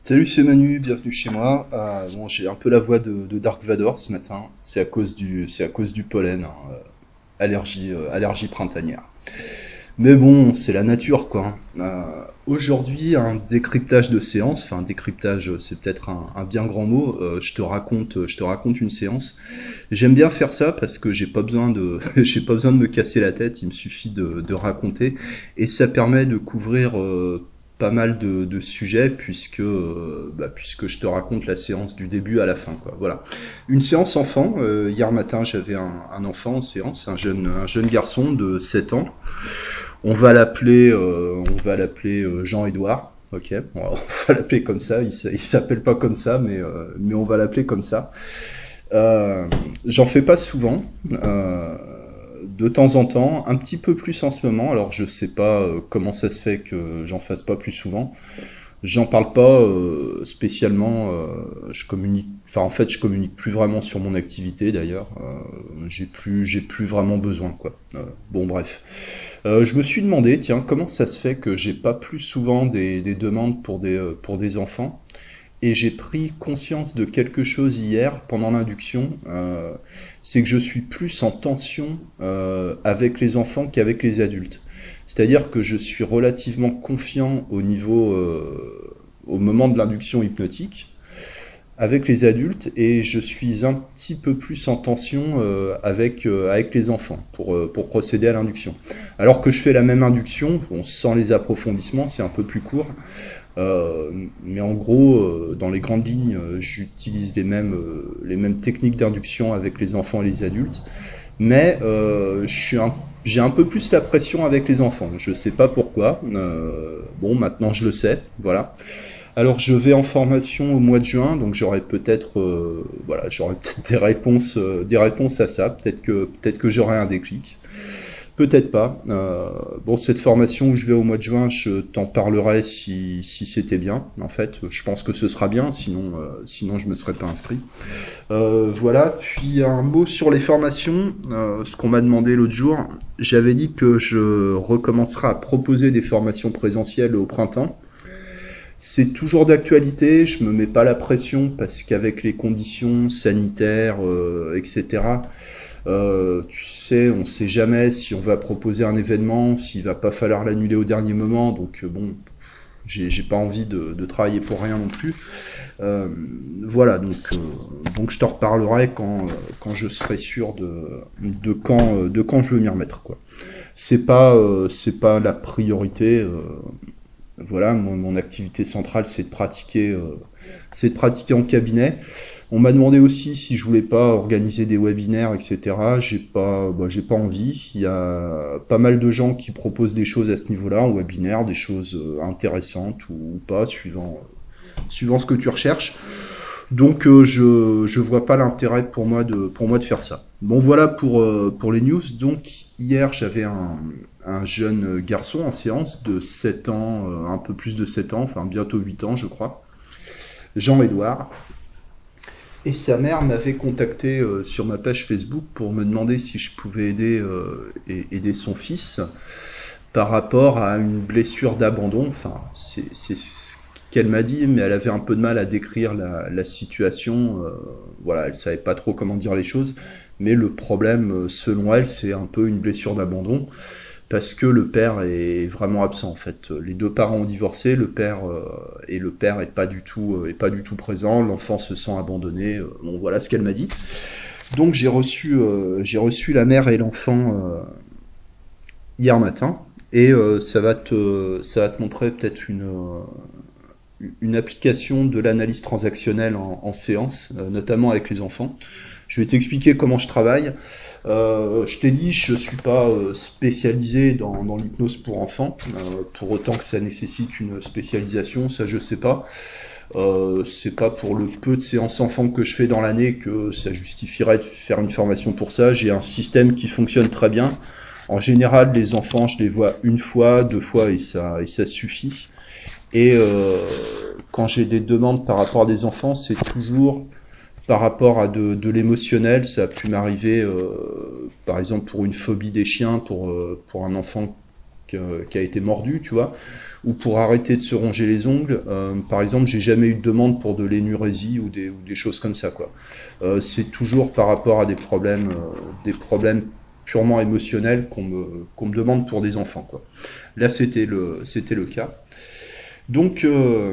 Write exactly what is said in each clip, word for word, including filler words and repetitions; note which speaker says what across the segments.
Speaker 1: Salut, c'est Manu, bienvenue chez moi. Euh, bon, j'ai un peu la voix de, de Dark Vador ce matin. C'est à cause du, c'est à cause du pollen, hein, euh, allergie, euh, allergie printanière. Mais bon, c'est la nature, quoi. Euh, Aujourd'hui, un décryptage de séance, enfin un décryptage, c'est peut-être un, un bien grand mot. Euh, je te raconte, je te raconte une séance. J'aime bien faire ça parce que j'ai pas besoin de, j'ai pas besoin de me casser la tête. Il me suffit de, de raconter et ça permet de couvrir euh, pas mal de, de sujets puisque, euh, bah, puisque je te raconte la séance du début à la fin, quoi. Voilà. Une séance enfant. Euh, hier matin, j'avais un, un enfant en séance, un jeune, un jeune garçon de sept ans. On va l'appeler, euh, on va l'appeler euh, Jean-Édouard. Ok, bon, on va l'appeler comme ça. Il, il s'appelle pas comme ça, mais euh, mais on va l'appeler comme ça. Euh, J'en fais pas souvent. Euh, de temps en temps, un petit peu plus en ce moment. Alors je sais pas euh, comment ça se fait que j'en fasse pas plus souvent. J'en parle pas euh, spécialement. Euh, je communique. Enfin, en fait, je communique plus vraiment sur mon activité d'ailleurs. Euh, j'ai plus, j'ai plus vraiment besoin, quoi. Euh, bon, bref. Euh, je me suis demandé, tiens, comment ça se fait que j'ai pas plus souvent des, des demandes pour des, euh, pour des enfants. Et j'ai pris conscience de quelque chose hier pendant l'induction. Euh, c'est que je suis plus en tension euh, avec les enfants qu'avec les adultes. C'est-à-dire que je suis relativement confiant au niveau, euh, au moment de l'induction hypnotique avec les adultes et je suis un petit peu plus en tension euh, avec, euh, avec les enfants pour, euh, pour procéder à l'induction. Alors que je fais la même induction, bon, sans les approfondissements, c'est un peu plus court, euh, mais en gros, euh, dans les grandes lignes, euh, j'utilise les mêmes, euh, les mêmes techniques d'induction avec les enfants et les adultes, mais euh, je suis un j'ai un peu plus la pression avec les enfants. Je sais pas pourquoi. Euh, bon, maintenant je le sais. Voilà. Alors je vais en formation au mois de juin, donc j'aurai peut-être, euh, voilà, j'aurai peut-être des réponses, euh, des réponses à ça. Peut-être que, peut-être que j'aurai un déclic. Peut-être pas. Euh, bon, cette formation où je vais au mois de juin, je t'en parlerai si, si c'était bien. En fait, je pense que ce sera bien, sinon, euh, sinon je me serais pas inscrit. Euh, voilà. Puis un mot sur les formations. Euh, ce qu'on m'a demandé l'autre jour, j'avais dit que je recommencerai à proposer des formations présentielles au printemps. C'est toujours d'actualité, je me mets pas la pression parce qu'avec les conditions sanitaires, euh, et cetera, euh, tu sais, on sait jamais si on va proposer un événement, s'il va pas falloir l'annuler au dernier moment, donc euh, bon, j'ai j'ai pas envie de, de travailler pour rien non plus. Euh, voilà, donc, euh, donc je te reparlerai quand, euh, quand je serai sûr de, de, quand, euh, de quand je veux m'y remettre, quoi. C'est pas, euh, c'est pas la priorité. Euh, voilà, mon, mon activité centrale, c'est de pratiquer, euh, c'est de pratiquer en cabinet. On m'a demandé aussi si je voulais pas organiser des webinaires, et cetera. J'ai pas, bah, j'ai pas envie. Il y a pas mal de gens qui proposent des choses à ce niveau-là, en webinaire, des choses euh, intéressantes ou, ou pas, suivant, suivant ce que tu recherches. Donc euh, je je vois pas l'intérêt pour moi de pour moi de faire ça. Bon voilà pour euh, pour les news. Donc hier j'avais un un jeune garçon en séance de sept ans, euh, un peu plus de sept ans, enfin bientôt huit ans je crois, Jean-Édouard. Et sa mère m'avait contacté euh, sur ma page Facebook pour me demander si je pouvais aider, euh, aider son fils par rapport à une blessure d'abandon. Enfin, c'est c'est ce qu'elle m'a dit, mais elle avait un peu de mal à décrire la, la situation. Euh, voilà, elle savait pas trop comment dire les choses. Mais le problème, euh, selon elle, c'est un peu une blessure d'abandon parce que le père est vraiment absent en fait. Les deux parents ont divorcé, le père euh, et le père est pas du tout euh, est pas du tout présent. L'enfant se sent abandonné. Euh, bon, voilà ce qu'elle m'a dit. Donc j'ai reçu euh, j'ai reçu la mère et l'enfant euh, hier matin et euh, ça va te ça va te montrer peut-être une euh, une application de l'analyse transactionnelle en, en séance, euh, notamment avec les enfants. Je vais t'expliquer comment je travaille. Euh, je t'ai dit, je suis pas euh, spécialisé dans, dans l'hypnose pour enfants, euh, pour autant que ça nécessite une spécialisation, ça je sais pas. Euh, c'est pas pour le peu de séances enfants que je fais dans l'année que ça justifierait de faire une formation pour ça. J'ai un système qui fonctionne très bien. En général, les enfants, je les vois une fois, deux fois et ça, et ça suffit. Et euh, quand j'ai des demandes par rapport à des enfants, c'est toujours par rapport à de, de l'émotionnel. Ça a pu m'arriver, euh, par exemple, pour une phobie des chiens, pour, euh, pour un enfant qui, qui a été mordu, tu vois, ou pour arrêter de se ronger les ongles. Euh, par exemple, j'ai jamais eu de demande pour de l'énurésie ou des, ou des choses comme ça, quoi. Euh, c'est toujours par rapport à des problèmes, euh, des problèmes purement émotionnels qu'on me, qu'on me demande pour des enfants, quoi. Là, c'était le, c'était le cas. Donc, euh,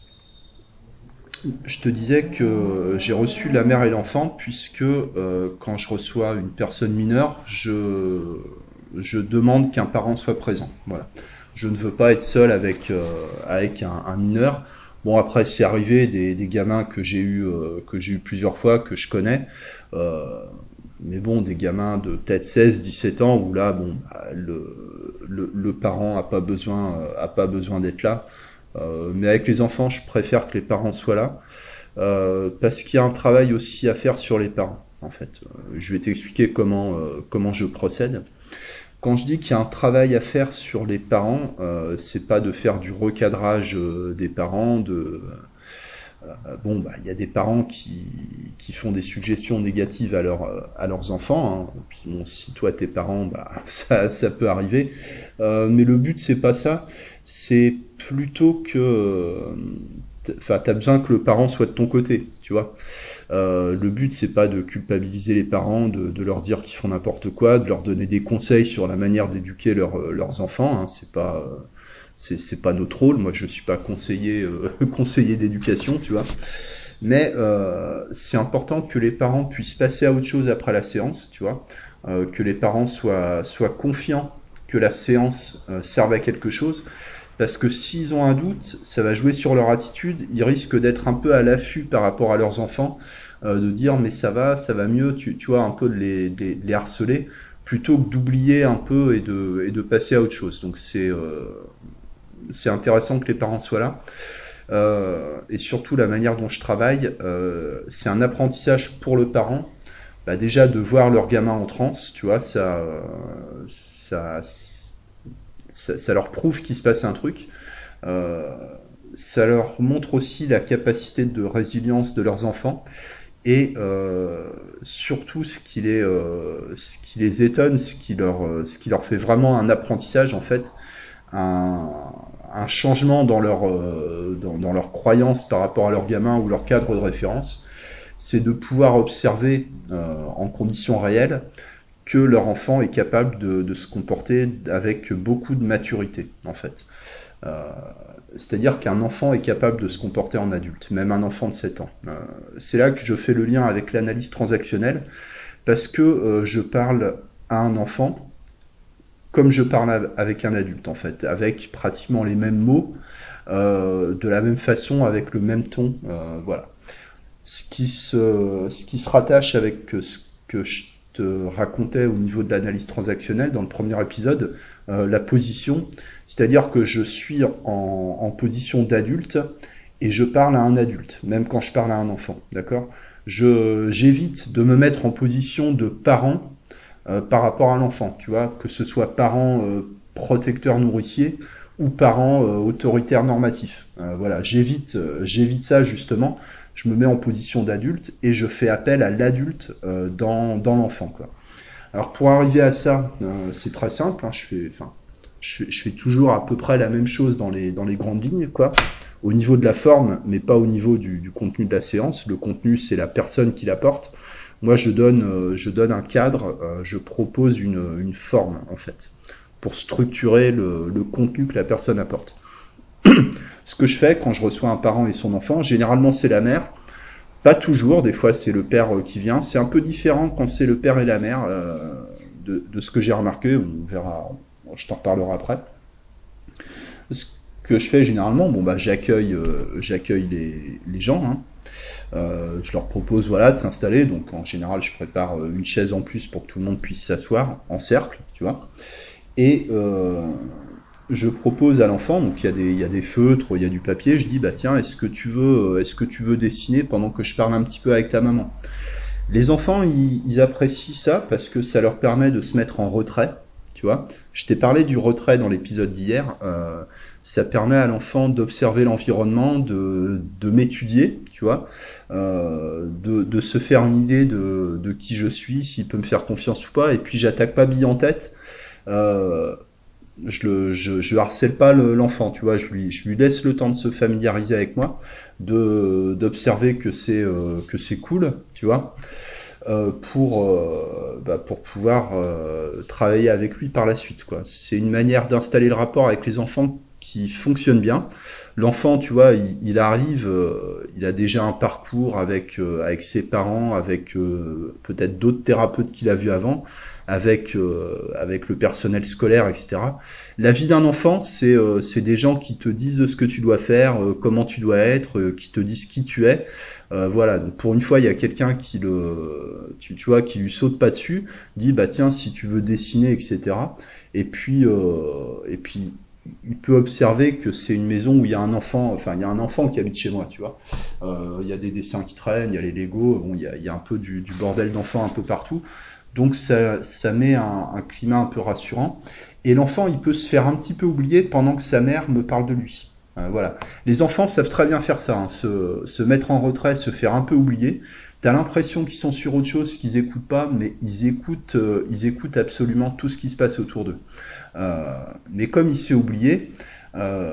Speaker 1: je te disais que j'ai reçu la mère et l'enfant puisque euh, quand je reçois une personne mineure, je, je demande qu'un parent soit présent. Voilà. Je ne veux pas être seul avec, euh, avec un, un mineur. Bon, après, c'est arrivé des, des gamins que j'ai eu, euh, que j'ai eu plusieurs fois, que je connais. Euh, mais bon, des gamins de peut-être seize, dix-sept ans où là, bon, bah, le, le, le parent a pas besoin, euh, a pas besoin d'être là. Euh, mais avec les enfants, je préfère que les parents soient là. Euh, parce qu'il y a un travail aussi à faire sur les parents, en fait. Euh, je vais t'expliquer comment, euh, comment je procède. Quand je dis qu'il y a un travail à faire sur les parents, euh, c'est pas de faire du recadrage euh, des parents, de euh, bon bah il y a des parents qui, qui font des suggestions négatives à, leur, euh, à leurs enfants, hein. Puis bon, si toi t'es parent, bah ça, ça peut arriver. Euh, mais le but c'est pas ça, c'est plutôt que enfin t'as besoin que le parent soit de ton côté, tu vois. Euh, le but, c'est pas de culpabiliser les parents, de, de leur dire qu'ils font n'importe quoi, de leur donner des conseils sur la manière d'éduquer leur, euh, leurs enfants. Hein. C'est pas, euh, c'est, c'est pas notre rôle. Moi, je suis pas conseiller, euh, conseiller d'éducation, tu vois. Mais euh, c'est important que les parents puissent passer à autre chose après la séance, tu vois. Euh, que les parents soient, soient confiants que la séance euh, serve à quelque chose. Parce que s'ils ont un doute, ça va jouer sur leur attitude. Ils risquent d'être un peu à l'affût par rapport à leurs enfants, euh, de dire mais ça va, ça va mieux, tu, tu vois, un peu de les, de les, de les harceler, plutôt que d'oublier un peu et de, et de passer à autre chose. Donc c'est euh, c'est intéressant que les parents soient là. Euh, et surtout la manière dont je travaille, euh, c'est un apprentissage pour le parent. Bah déjà de voir leur gamin en transe, tu vois, ça, euh, ça, ça, ça leur prouve qu'il se passe un truc. Euh, Ça leur montre aussi la capacité de résilience de leurs enfants et euh, surtout ce qui, les, euh, ce qui les étonne, ce qui, leur, euh, ce qui leur fait vraiment un apprentissage en fait, un, un changement dans leur, euh, dans, dans leur croyance par rapport à leur gamin ou leur cadre de référence, c'est de pouvoir observer euh, en conditions réelles que leur enfant est capable de, de se comporter avec beaucoup de maturité en fait. Euh, C'est-à-dire qu'un enfant est capable de se comporter en adulte, même un enfant de sept ans. Euh, c'est là que je fais le lien avec l'analyse transactionnelle, parce que euh, je parle à un enfant comme je parle avec un adulte, en fait, avec pratiquement les mêmes mots, euh, de la même façon, avec le même ton. Euh, voilà. Ce qui, se, ce qui se rattache avec ce que je te racontais au niveau de l'analyse transactionnelle dans le premier épisode, euh, la position, c'est-à-dire que je suis en, en position d'adulte et je parle à un adulte, même quand je parle à un enfant, d'accord. Je, j'évite de me mettre en position de parent euh, par rapport à l'enfant, tu vois, que ce soit parent euh, protecteur nourricier ou parent euh, autoritaire normatif. Euh, voilà, j'évite, euh, j'évite ça justement. Je me mets en position d'adulte et je fais appel à l'adulte euh, dans, dans l'enfant, quoi. Alors pour arriver à ça, euh, c'est très simple. Hein, je fais, enfin, je fais, je fais toujours à peu près la même chose dans les, dans les grandes lignes, quoi. Au niveau de la forme, mais pas au niveau du, du contenu de la séance. Le contenu, c'est la personne qui l'apporte. Moi, je donne, euh, je donne un cadre, euh, je propose une, une forme, en fait, pour structurer le, le contenu que la personne apporte. Ce que je fais quand je reçois un parent et son enfant, généralement c'est la mère, pas toujours, des fois c'est le père euh, qui vient. C'est un peu différent quand c'est le père et la mère, euh, de, de ce que j'ai remarqué, on verra, je t'en reparlerai après. Ce que je fais généralement, bon bah j'accueille, euh, j'accueille les, les gens, hein. Euh, je leur propose voilà de s'installer, donc en général je prépare euh, une chaise en plus pour que tout le monde puisse s'asseoir en cercle, tu vois. Et euh, je propose à l'enfant, donc il y a des, il y a des feutres, il y a du papier, je dis bah tiens, est-ce que tu veux, est-ce que tu veux dessiner pendant que je parle un petit peu avec ta maman. Les enfants, ils, ils apprécient ça parce que ça leur permet de se mettre en retrait, tu vois. Je t'ai parlé du retrait dans l'épisode d'hier. Euh, ça permet à l'enfant d'observer l'environnement, de, de m'étudier, tu vois, euh, de, de se faire une idée de, de qui je suis, s'il peut me faire confiance ou pas. Et puis j'attaque pas bille en tête. Euh, je le, je, je harcèle pas le- l'enfant, tu vois, je lui, je lui laisse le temps de se familiariser avec moi, de, d'observer que c'est, euh, que c'est cool, tu vois, euh, pour, euh, bah, pour pouvoir euh, travailler avec lui par la suite, quoi. C'est une manière d'installer le rapport avec les enfants qui fonctionne bien. L'enfant, tu vois, il, il arrive, euh, il a déjà un parcours avec, euh, avec ses parents, avec euh, peut-être d'autres thérapeutes qu'il a vus avant, avec, euh, avec le personnel scolaire, et cetera. La vie d'un enfant, c'est euh, c'est des gens qui te disent ce que tu dois faire, euh, comment tu dois être, euh, qui te disent qui tu es. Euh, voilà, donc pour une fois, il y a quelqu'un qui le, tu, tu vois, qui lui saute pas dessus, dit bah tiens, si tu veux dessiner, et cetera. Et puis, euh, et puis il peut observer que c'est une maison où il y a un enfant, enfin il y a un enfant qui habite chez moi, tu vois. Euh, il y a des dessins qui traînent, il y a les Lego, bon, il y a, il y a un peu du, du bordel d'enfants un peu partout. Donc ça, ça met un, un climat un peu rassurant. Et l'enfant, il peut se faire un petit peu oublier pendant que sa mère me parle de lui. Euh, voilà. Les enfants savent très bien faire ça, hein, se, se mettre en retrait, se faire un peu oublier. T'as l'impression qu'ils sont sur autre chose, qu'ils écoutent pas, mais ils écoutent, euh, ils écoutent absolument tout ce qui se passe autour d'eux. Euh, mais comme il s'est oublié, euh,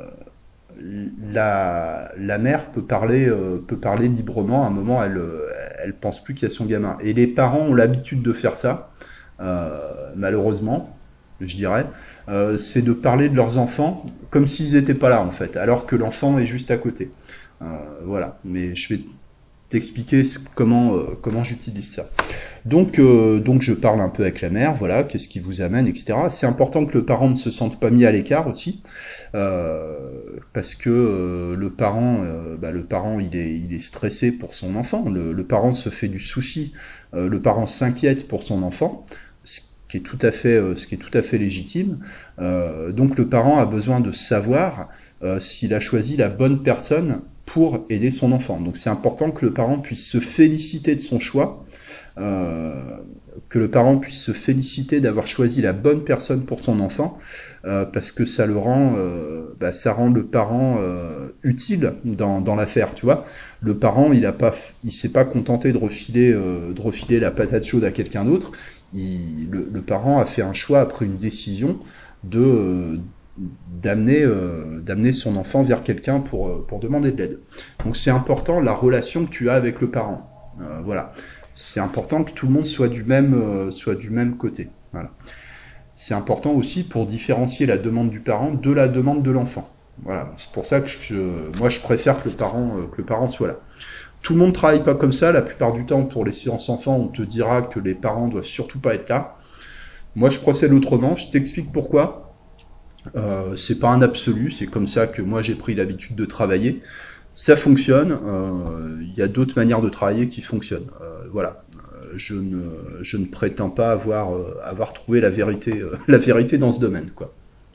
Speaker 1: la, la mère peut parler, euh, peut parler librement. À un moment, elle, euh, elle pense plus qu'il y a son gamin. Et les parents ont l'habitude de faire ça, euh, malheureusement, je dirais. Euh, c'est de parler de leurs enfants comme s'ils n'étaient pas là, en fait, alors que l'enfant est juste à côté. Euh, voilà. Mais je vais t'expliquer comment, euh, comment j'utilise ça. Donc, euh, donc je parle un peu avec la mère, voilà, qu'est-ce qui vous amène, et cetera. C'est important que le parent ne se sente pas mis à l'écart aussi, euh, parce que euh, le parent, euh, bah, le parent, il est, il est stressé pour son enfant. Le, le parent se fait du souci, euh, le parent s'inquiète pour son enfant, ce qui est tout à fait, euh, ce qui est tout à fait légitime. Euh, donc le parent a besoin de savoir euh, s'il a choisi la bonne personne pour aider son enfant. Donc c'est important que le parent puisse se féliciter de son choix, euh, que le parent puisse se féliciter d'avoir choisi la bonne personne pour son enfant, euh, parce que ça le rend, euh, bah, ça rend le parent euh, utile dans, dans l'affaire, tu vois. Le parent, il a pas, il s'est pas contenté de refiler, euh, de refiler la patate chaude à quelqu'un d'autre. Il, le, le parent a fait un choix après une décision de euh, d'amener euh, d'amener son enfant vers quelqu'un pour euh, pour demander de l'aide. Donc c'est important la relation que tu as avec le parent. Euh, voilà, c'est important que tout le monde soit du même euh, soit du même côté. Voilà. C'est important aussi pour différencier la demande du parent de la demande de l'enfant. Voilà, c'est pour ça que je, moi je préfère que le parent euh, que le parent soit là. Tout le monde travaille pas comme ça. La plupart du temps, pour les séances enfants, on te dira que les parents doivent surtout pas être là. Moi, je procède autrement. Je t'explique pourquoi. Euh, c'est pas un absolu. C'est comme ça que moi j'ai pris l'habitude de travailler. Ça fonctionne. Euh, Il y a d'autres manières de travailler qui fonctionnent. Euh, voilà. Euh, Je ne, je ne prétends pas avoir, euh, avoir trouvé la vérité, euh, la vérité dans ce domaine, quoi.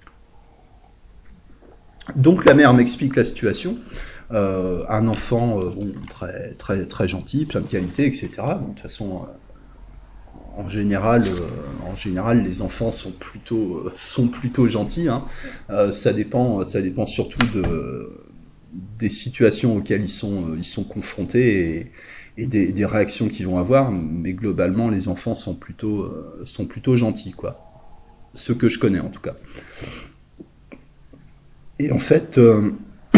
Speaker 1: Donc la mère m'explique la situation. Euh, un enfant euh, bon, très, très, très gentil, plein de qualités, et cetera. Bon, de toute façon, euh, en général, euh, en général, les enfants sont plutôt, euh, sont plutôt gentils. Hein. Euh, ça dépend, ça dépend surtout de, des situations auxquelles ils sont, euh, ils sont confrontés et, et des, des réactions qu'ils vont avoir. Mais globalement, les enfants sont plutôt, euh, sont plutôt gentils, quoi. Ceux que je connais, en tout cas. Et en fait, euh,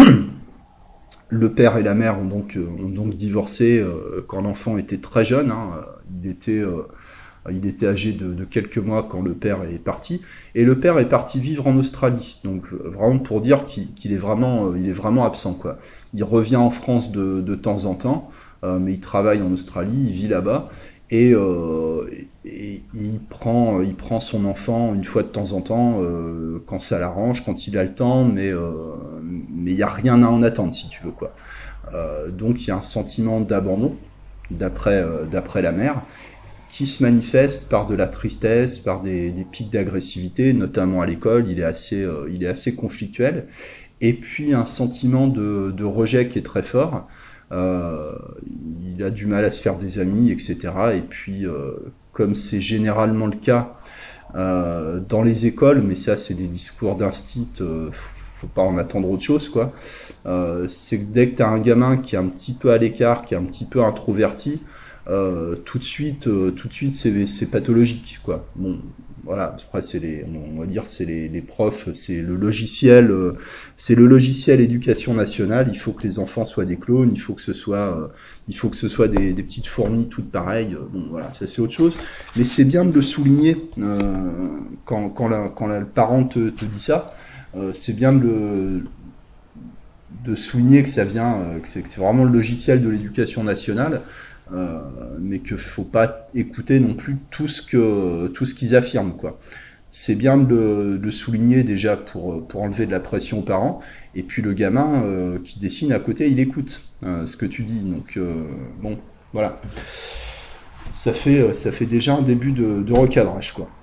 Speaker 1: le père et la mère ont donc, euh, ont donc divorcé euh, quand l'enfant était très jeune. Hein. Il était, euh, il était âgé de, de quelques mois quand le père est parti. Et le père est parti vivre en Australie. Donc vraiment pour dire qu'il qu'il est vraiment, euh, il est vraiment absent, quoi. Il revient en France de, de temps en temps, euh, mais il travaille en Australie, il vit là-bas. Et, euh, et il prend, il prend son enfant une fois de temps en temps, euh, quand ça l'arrange, quand il a le temps, mais euh, mais il n'y a rien à en attendre, si tu veux, quoi. Euh, donc il y a un sentiment d'abandon d'après euh, d'après la mère, qui se manifeste par de la tristesse, par des, des pics d'agressivité, notamment à l'école. Il est assez, euh, il est assez conflictuel. Et puis un sentiment de, de rejet qui est très fort. Euh, il a du mal à se faire des amis, et cetera. Et puis, euh, comme c'est généralement le cas euh, dans les écoles, mais ça c'est des discours d'instit, euh, faut pas en attendre autre chose, quoi. Euh, c'est que dès que t'as un gamin qui est un petit peu à l'écart, qui est un petit peu introverti, euh, tout de suite, euh, tout de suite, c'est c'est pathologique, quoi. Bon, voilà. Après, c'est les, on va dire, c'est les, les profs, c'est le logiciel, euh, c'est le logiciel éducation nationale. Il faut que les enfants soient des clones, il faut que ce soit, euh, il faut que ce soit des, des petites fourmis toutes pareilles. Bon, voilà, ça c'est autre chose. Mais c'est bien de le souligner euh, quand, quand, la, quand la, le parent te, te dit ça. Euh, c'est bien de le de souligner que ça vient, euh, que c'est vraiment le logiciel de l'éducation nationale, euh, mais que faut pas écouter non plus tout ce que tout ce qu'ils affirment, quoi. C'est bien de le, de souligner déjà pour pour enlever de la pression aux parents, et puis le gamin euh, qui dessine à côté, il écoute euh, ce que tu dis. Donc euh, bon, voilà, ça fait ça fait déjà un début de, de recadrage, quoi.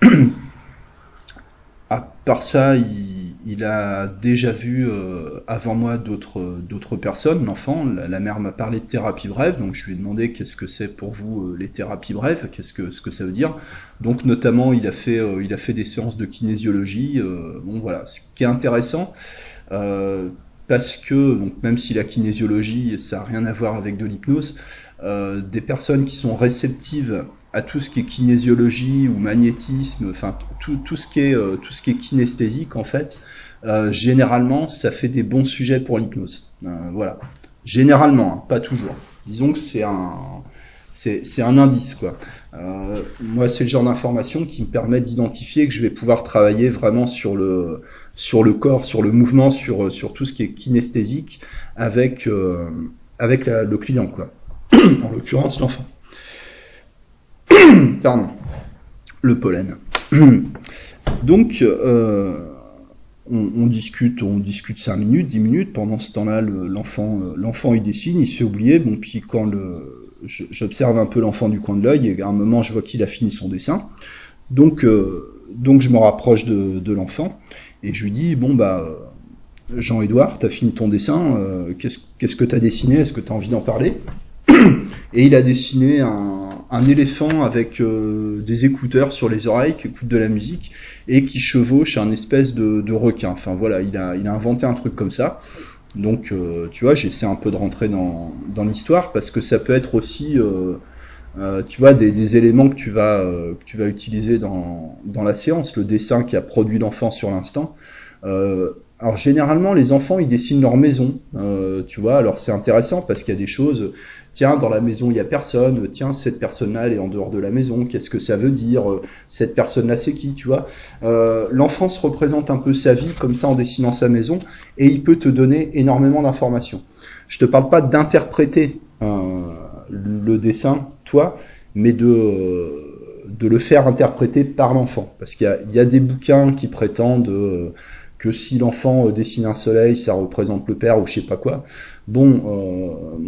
Speaker 1: À part ça, il, il a déjà vu euh, avant moi d'autres d'autres personnes, l'enfant. La, la mère m'a parlé de thérapie brève, donc je lui ai demandé qu'est-ce que c'est pour vous euh, les thérapies brèves, qu'est-ce que ce que ça veut dire. Donc notamment, il a fait euh, il a fait des séances de kinésiologie. Euh, bon voilà, ce qui est intéressant, euh, parce que donc même si la kinésiologie ça a rien à voir avec de l'hypnose, euh, des personnes qui sont réceptives à tout ce qui est kinésiologie ou magnétisme, enfin tout, tout ce qui est euh, tout ce qui est kinesthésique en fait, euh, généralement ça fait des bons sujets pour l'hypnose. Euh, voilà, généralement, hein, pas toujours. Disons que c'est un c'est c'est un indice, quoi. Euh, moi, c'est le genre d'information qui me permet d'identifier que je vais pouvoir travailler vraiment sur le sur le corps, sur le mouvement, sur sur tout ce qui est kinesthésique avec euh, avec la, le client, quoi. En l'occurrence, l'enfant. Pardon, le pollen. Donc, euh, on, on discute, on discute cinq minutes, dix minutes. Pendant ce temps-là, le- l'enfant, euh, l'enfant, il dessine, il se fait oublier. Bon, puis quand le, je- j'observe un peu l'enfant du coin de l'œil, et à un moment, je vois qu'il a fini son dessin. Donc, euh, donc je me rapproche de, de l'enfant et je lui dis, bon bah, Jean-Édouard, t'as fini ton dessin. Euh, qu'est-ce, qu'est-ce que t'as dessiné? Est-ce que t'as envie d'en parler? Et il a dessiné un, un éléphant avec euh, des écouteurs sur les oreilles qui écoute de la musique et qui chevauche un espèce de, de requin. Enfin voilà, il a, il a inventé un truc comme ça. Donc euh, tu vois, j'essaie un peu de rentrer dans, dans l'histoire parce que ça peut être aussi, euh, euh, tu vois, des, des éléments que tu vas, euh, que tu vas utiliser dans, dans la séance. Le dessin qui a produit l'enfant sur l'instant. Euh, alors généralement, les enfants, ils dessinent leur maison, euh, tu vois. Alors c'est intéressant parce qu'il y a des choses. Tiens, dans la maison, il y a personne. Tiens, cette personne-là, elle est en dehors de la maison. Qu'est-ce que ça veut dire? Cette personne-là, c'est qui, tu vois? Euh, L'enfant se représente un peu sa vie comme ça en dessinant sa maison, et il peut te donner énormément d'informations. Je te parle pas d'interpréter euh, le dessin, toi, mais de euh, de le faire interpréter par l'enfant, parce qu'il y a, il y a des bouquins qui prétendent euh, que si l'enfant euh, dessine un soleil, ça représente le père ou je sais pas quoi. Bon, euh,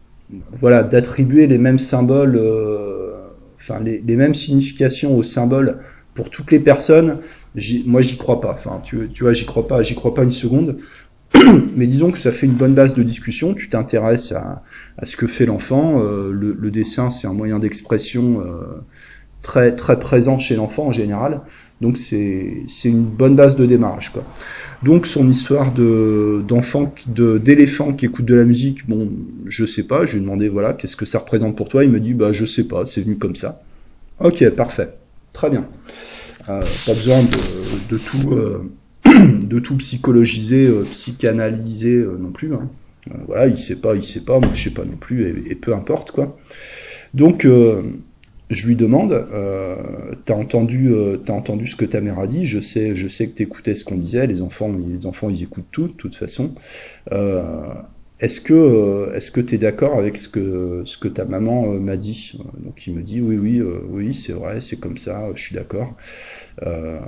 Speaker 1: voilà, d'attribuer les mêmes symboles, euh, enfin les, les mêmes significations aux symboles pour toutes les personnes, j'y- moi j'y crois pas. Enfin, tu, tu vois, j'y crois pas, j'y crois pas une seconde. Mais disons que ça fait une bonne base de discussion. Tu t'intéresses à, à ce que fait l'enfant. Euh, le, le dessin, c'est un moyen d'expression euh, très très présent chez l'enfant en général. Donc c'est c'est une bonne base de démarrage, quoi. Donc son histoire de d'enfant de d'éléphant qui écoute de la musique, bon, je sais pas, je lui ai demandé voilà, qu'est-ce que ça représente pour toi? Il me dit bah je sais pas, c'est venu comme ça. OK, parfait. Très bien. Euh, pas besoin de, de tout euh, de tout psychologiser, euh, psychanalyser euh, non plus, hein. Euh, voilà, il sait pas, il sait pas, moi je sais pas non plus, et, et peu importe, quoi. Donc, euh, je lui demande, euh, t'as entendu, euh, t'as entendu ce que ta mère a dit. Je sais, je sais que t'écoutais ce qu'on disait. Les enfants, les enfants, ils écoutent tout, de toute façon. Euh, est-ce que, euh, est-ce que t'es d'accord avec ce que, ce que ta maman euh, m'a dit? Donc il me dit oui, oui, euh, oui, c'est vrai, c'est comme ça. Je suis d'accord. Euh,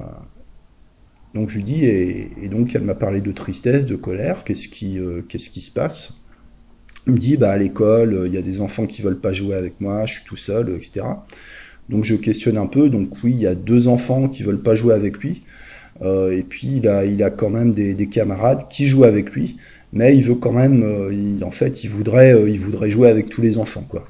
Speaker 1: donc je lui dis et, et donc elle m'a parlé de tristesse, de colère. Qu'est-ce qui, euh, qu'est-ce qui se passe? Il me dit bah à l'école, il y a des enfants qui veulent pas jouer avec moi. Je suis tout seul, et cetera. Donc je questionne un peu. Donc oui, il y a deux enfants qui veulent pas jouer avec lui. Euh, et puis il a, il a quand même des, des camarades qui jouent avec lui. Mais il veut quand même, euh, il- en fait, il voudrait, euh, il voudrait jouer avec tous les enfants, quoi.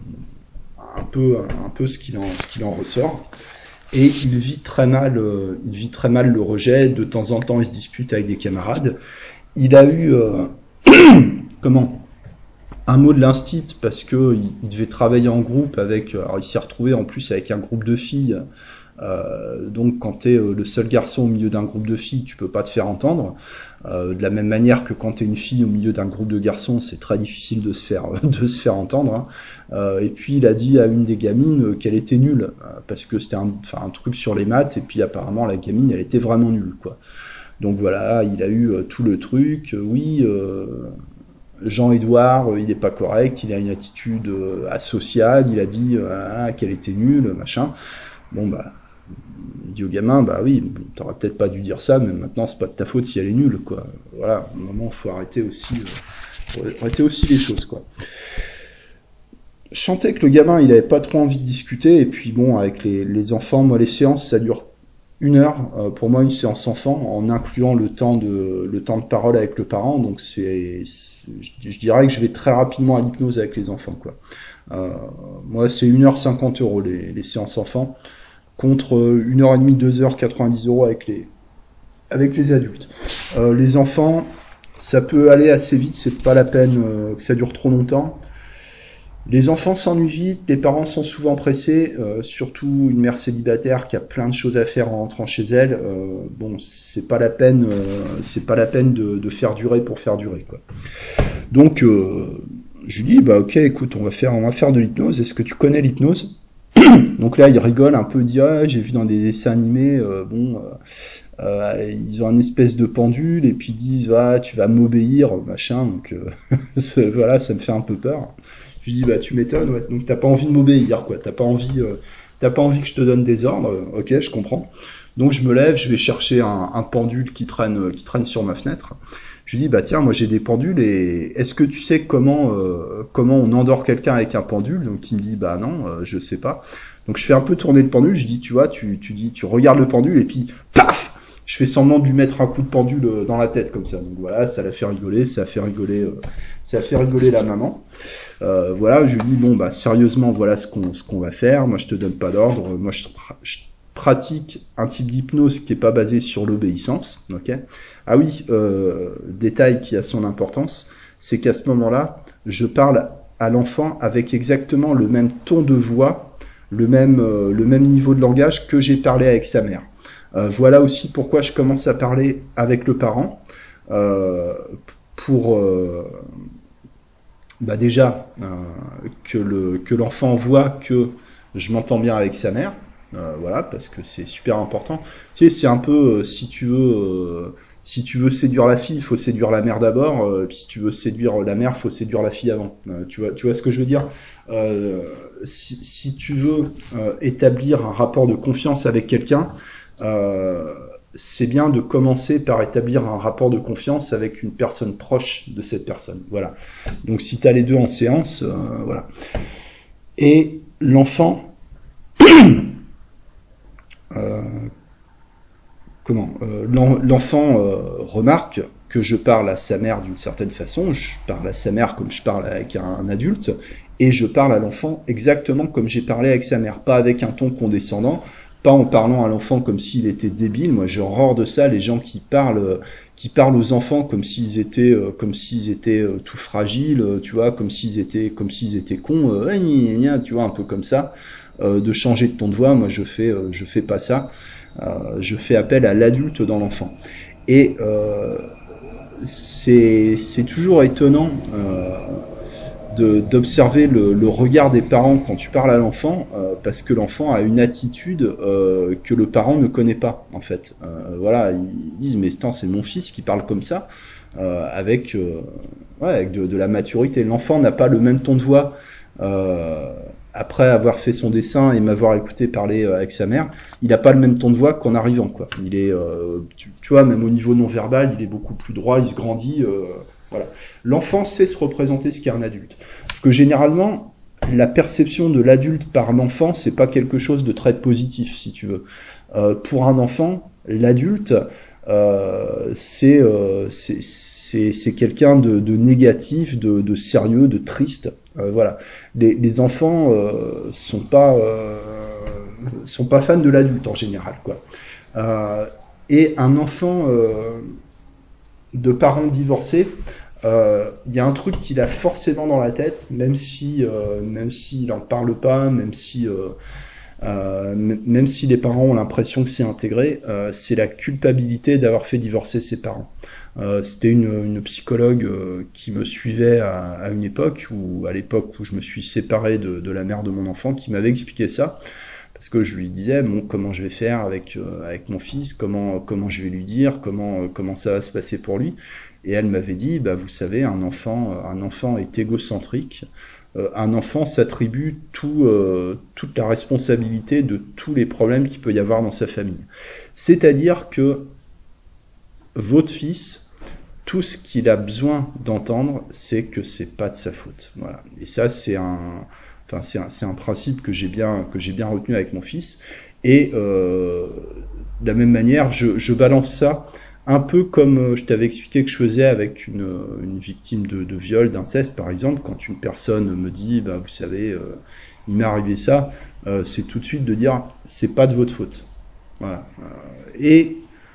Speaker 1: Un peu, un peu ce qu'il en, ce qu'il en ressort. Et il vit très mal, euh, il vit très mal le rejet. De temps en temps, il se dispute avec des camarades. Il a eu, euh, comment, un mot de l'instit parce que il, il devait travailler en groupe avec. Alors il s'est retrouvé en plus avec un groupe de filles. Euh, donc quand t'es euh, le seul garçon au milieu d'un groupe de filles, tu peux pas te faire entendre. Euh, de la même manière que quand t'es une fille au milieu d'un groupe de garçons, c'est très difficile de se faire de se faire entendre. Hein. Euh, et puis il a dit à une des gamines qu'elle était nulle euh, parce que c'était un, enfin, un truc sur les maths. Et puis apparemment la gamine, elle était vraiment nulle, quoi. Donc voilà, il a eu euh, tout le truc. Euh, oui. Euh, Jean-Édouard, euh, il n'est pas correct, il a une attitude euh, asociale, il a dit euh, ah, qu'elle était nulle, machin. Bon, bah, il dit au gamin, bah oui, t'aurais peut-être pas dû dire ça, mais maintenant c'est pas de ta faute si elle est nulle, quoi. Voilà, à un moment, faut arrêter aussi, euh, faut arrêter aussi les choses, quoi. Je sentais que le gamin, il avait pas trop envie de discuter, et puis bon, avec les, les enfants, moi, les séances, ça dure une heure. Euh, pour moi, une séance enfant, en incluant le temps de, le temps de parole avec le parent, donc c'est, c'est- je, je dirais que je vais très rapidement à l'hypnose avec les enfants, quoi. Euh, Moi, c'est une heure cinquante euros les, les séances enfants, contre une heure trente, deux heures quatre-vingt-dix euros avec les, avec les adultes. Euh, les enfants, ça peut aller assez vite, c'est pas la peine euh, que ça dure trop longtemps. Les enfants s'ennuient vite, les parents sont souvent pressés, euh, surtout une mère célibataire qui a plein de choses à faire en rentrant chez elle. Euh, bon, c'est pas la peine, euh, c'est pas la peine de, de faire durer pour faire durer, quoi. Donc, euh, je lui dis, bah ok, écoute, on va faire, on va faire de l'hypnose. Est-ce que tu connais l'hypnose? Donc là, il rigole un peu, il dit, ah, j'ai vu dans des dessins animés, euh, bon, euh, euh, ils ont un espèce de pendule et puis ils disent, ah, tu vas m'obéir, machin. Donc euh, voilà, ça me fait un peu peur. Je dis, bah tu m'étonnes, ouais. Donc t'as pas envie de m'obéir, quoi. T'as pas envie, euh, t'as pas envie que je te donne des ordres. Euh, ok, je comprends. Donc je me lève, je vais chercher un, un pendule qui traîne, qui traîne sur ma fenêtre. Je lui dis, bah tiens, moi j'ai des pendules et est-ce que tu sais comment, euh, comment on endort quelqu'un avec un pendule? Donc il me dit, bah non, euh, je sais pas. Donc je fais un peu tourner le pendule, je dis, tu vois, tu, tu dis, tu regardes le pendule et puis, paf! Je fais semblant de lui mettre un coup de pendule euh, dans la tête comme ça. Donc voilà, ça l'a fait rigoler, ça a fait rigoler, euh, ça a fait rigoler la maman. Euh, voilà, je lui dis bon bah sérieusement voilà ce qu'on ce qu'on va faire. Moi je te donne pas d'ordre. Moi je, je pratique un type d'hypnose qui est pas basé sur l'obéissance. Ok. Ah oui, euh, détail qui a son importance, c'est qu'à ce moment-là, je parle à l'enfant avec exactement le même ton de voix, le même euh, le même niveau de langage que j'ai parlé avec sa mère. Euh, voilà aussi pourquoi je commence à parler avec le parent. Euh, pour euh, bah déjà euh, que le que l'enfant voit que je m'entends bien avec sa mère, euh, voilà, parce que c'est super important. Tu sais, c'est un peu euh, si tu veux euh, si tu veux séduire la fille, il faut séduire la mère d'abord. Euh, puis si tu veux séduire la mère, il faut séduire la fille avant. Euh, tu vois, tu vois ce que je veux dire? Euh, si, si tu veux euh, établir un rapport de confiance avec quelqu'un, euh, c'est bien de commencer par établir un rapport de confiance avec une personne proche de cette personne. Voilà. Donc si tu as les deux en séance, euh, voilà. Et l'enfant, comment euh, l'enfant euh, remarque que je parle à sa mère d'une certaine façon, je parle à sa mère comme je parle avec un, un adulte, et je parle à l'enfant exactement comme j'ai parlé avec sa mère, pas avec un ton condescendant, pas en parlant à l'enfant comme s'il était débile. Moi, j'ai horreur de ça, les gens qui parlent, qui parlent aux enfants comme s'ils étaient, euh, comme s'ils étaient euh, tout fragiles, euh, tu vois, comme s'ils étaient, comme s'ils étaient cons, euh, ouais, gna, gna, gna, tu vois, un peu comme ça, euh, de changer de ton de voix. Moi, je fais, euh, je fais pas ça. Euh, je fais appel à l'adulte dans l'enfant. Et euh, c'est c'est toujours étonnant euh, de d'observer le, le regard des parents quand tu parles à l'enfant, euh, parce que l'enfant a une attitude euh, que le parent ne connaît pas, en fait. Euh, voilà, ils disent, mais c'est mon fils qui parle comme ça, euh, avec, euh, ouais, avec de, de la maturité. L'enfant n'a pas le même ton de voix. Euh, Après avoir fait son dessin et m'avoir écouté parler euh, avec sa mère, il n'a pas le même ton de voix qu'en arrivant, quoi. Il est, euh, tu, tu vois, même au niveau non verbal, il est beaucoup plus droit, il se grandit. Euh, voilà. L'enfant sait se représenter ce qu'est un adulte. Parce que généralement, la perception de l'adulte par l'enfant, c'est pas quelque chose de très positif, si tu veux. Euh, pour un enfant, l'adulte, euh, c'est euh, c'est c'est c'est quelqu'un de, de négatif, de, de sérieux, de triste. Euh, voilà. Les, les enfants euh, sont pas euh, sont pas fans de l'adulte en général, quoi. Euh, et un enfant euh, de parents divorcés, euh, il y a un truc qu'il a forcément dans la tête, même si, euh, même s'il en parle pas, même si, euh, euh, même si les parents ont l'impression que c'est intégré, euh, c'est la culpabilité d'avoir fait divorcer ses parents. Euh, C'était une, une psychologue euh, qui me suivait à, à une époque, ou à l'époque où je me suis séparé de, de la mère de mon enfant, qui m'avait expliqué ça. Parce que je lui disais, bon, comment je vais faire avec, euh, avec mon fils, comment, comment je vais lui dire, comment, euh, comment ça va se passer pour lui. Et elle m'avait dit, bah, vous savez, un enfant, euh, un enfant est égocentrique. Euh, un enfant s'attribue tout, euh, toute la responsabilité de tous les problèmes qu'il peut y avoir dans sa famille. C'est-à-dire que votre fils, tout ce qu'il a besoin d'entendre, c'est que c'est pas de sa faute. Voilà. Et ça, c'est un, enfin, c'est un, c'est un principe que j'ai bien, que j'ai bien retenu avec mon fils. Et euh, de la même manière, je, je balance ça un peu comme je t'avais expliqué que je faisais avec une, une victime de, de viol, d'inceste, par exemple. Quand une personne me dit, bah, vous savez, euh, il m'est arrivé ça, euh, c'est tout de suite de dire, c'est pas de votre faute. Voilà. Et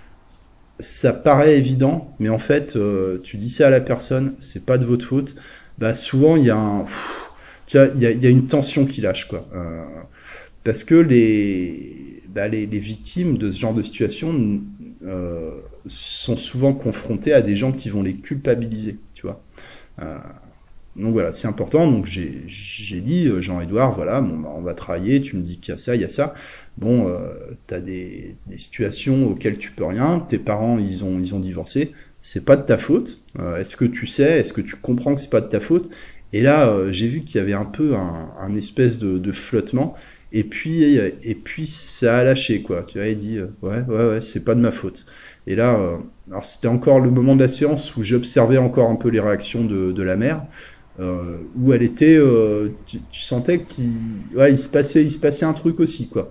Speaker 1: ça paraît évident, mais en fait, euh, tu dis ça à la personne, c'est pas de votre faute. Bah souvent il y a un, pff, tu vois, il y a, il y a une tension qui lâche quoi, Euh, parce que les, bah, les, les victimes de ce genre de situation euh, sont souvent confrontées à des gens qui vont les culpabiliser, tu vois. Euh, donc voilà, c'est important. Donc j'ai j'ai dit, euh, Jean-Édouard, voilà, bon, bah, on va travailler, tu me dis qu'il y a ça, il y a ça. Bon, euh, tu as des, des situations auxquelles tu peux rien, tes parents, ils ont, ils ont divorcé, c'est pas de ta faute. Euh, est-ce que tu sais, est-ce que tu comprends que c'est pas de ta faute? Et là, euh, j'ai vu qu'il y avait un peu un, un espèce de, de flottement, et puis, et puis ça a lâché, quoi. Tu vois, il dit, euh, ouais, ouais, ouais, c'est pas de ma faute. Et là, euh, alors c'était encore le moment de la séance où j'observais encore un peu les réactions de, de la mère, euh, où elle était, euh, tu, tu sentais qu'il, ouais, il se passait, il se passait un truc aussi, quoi.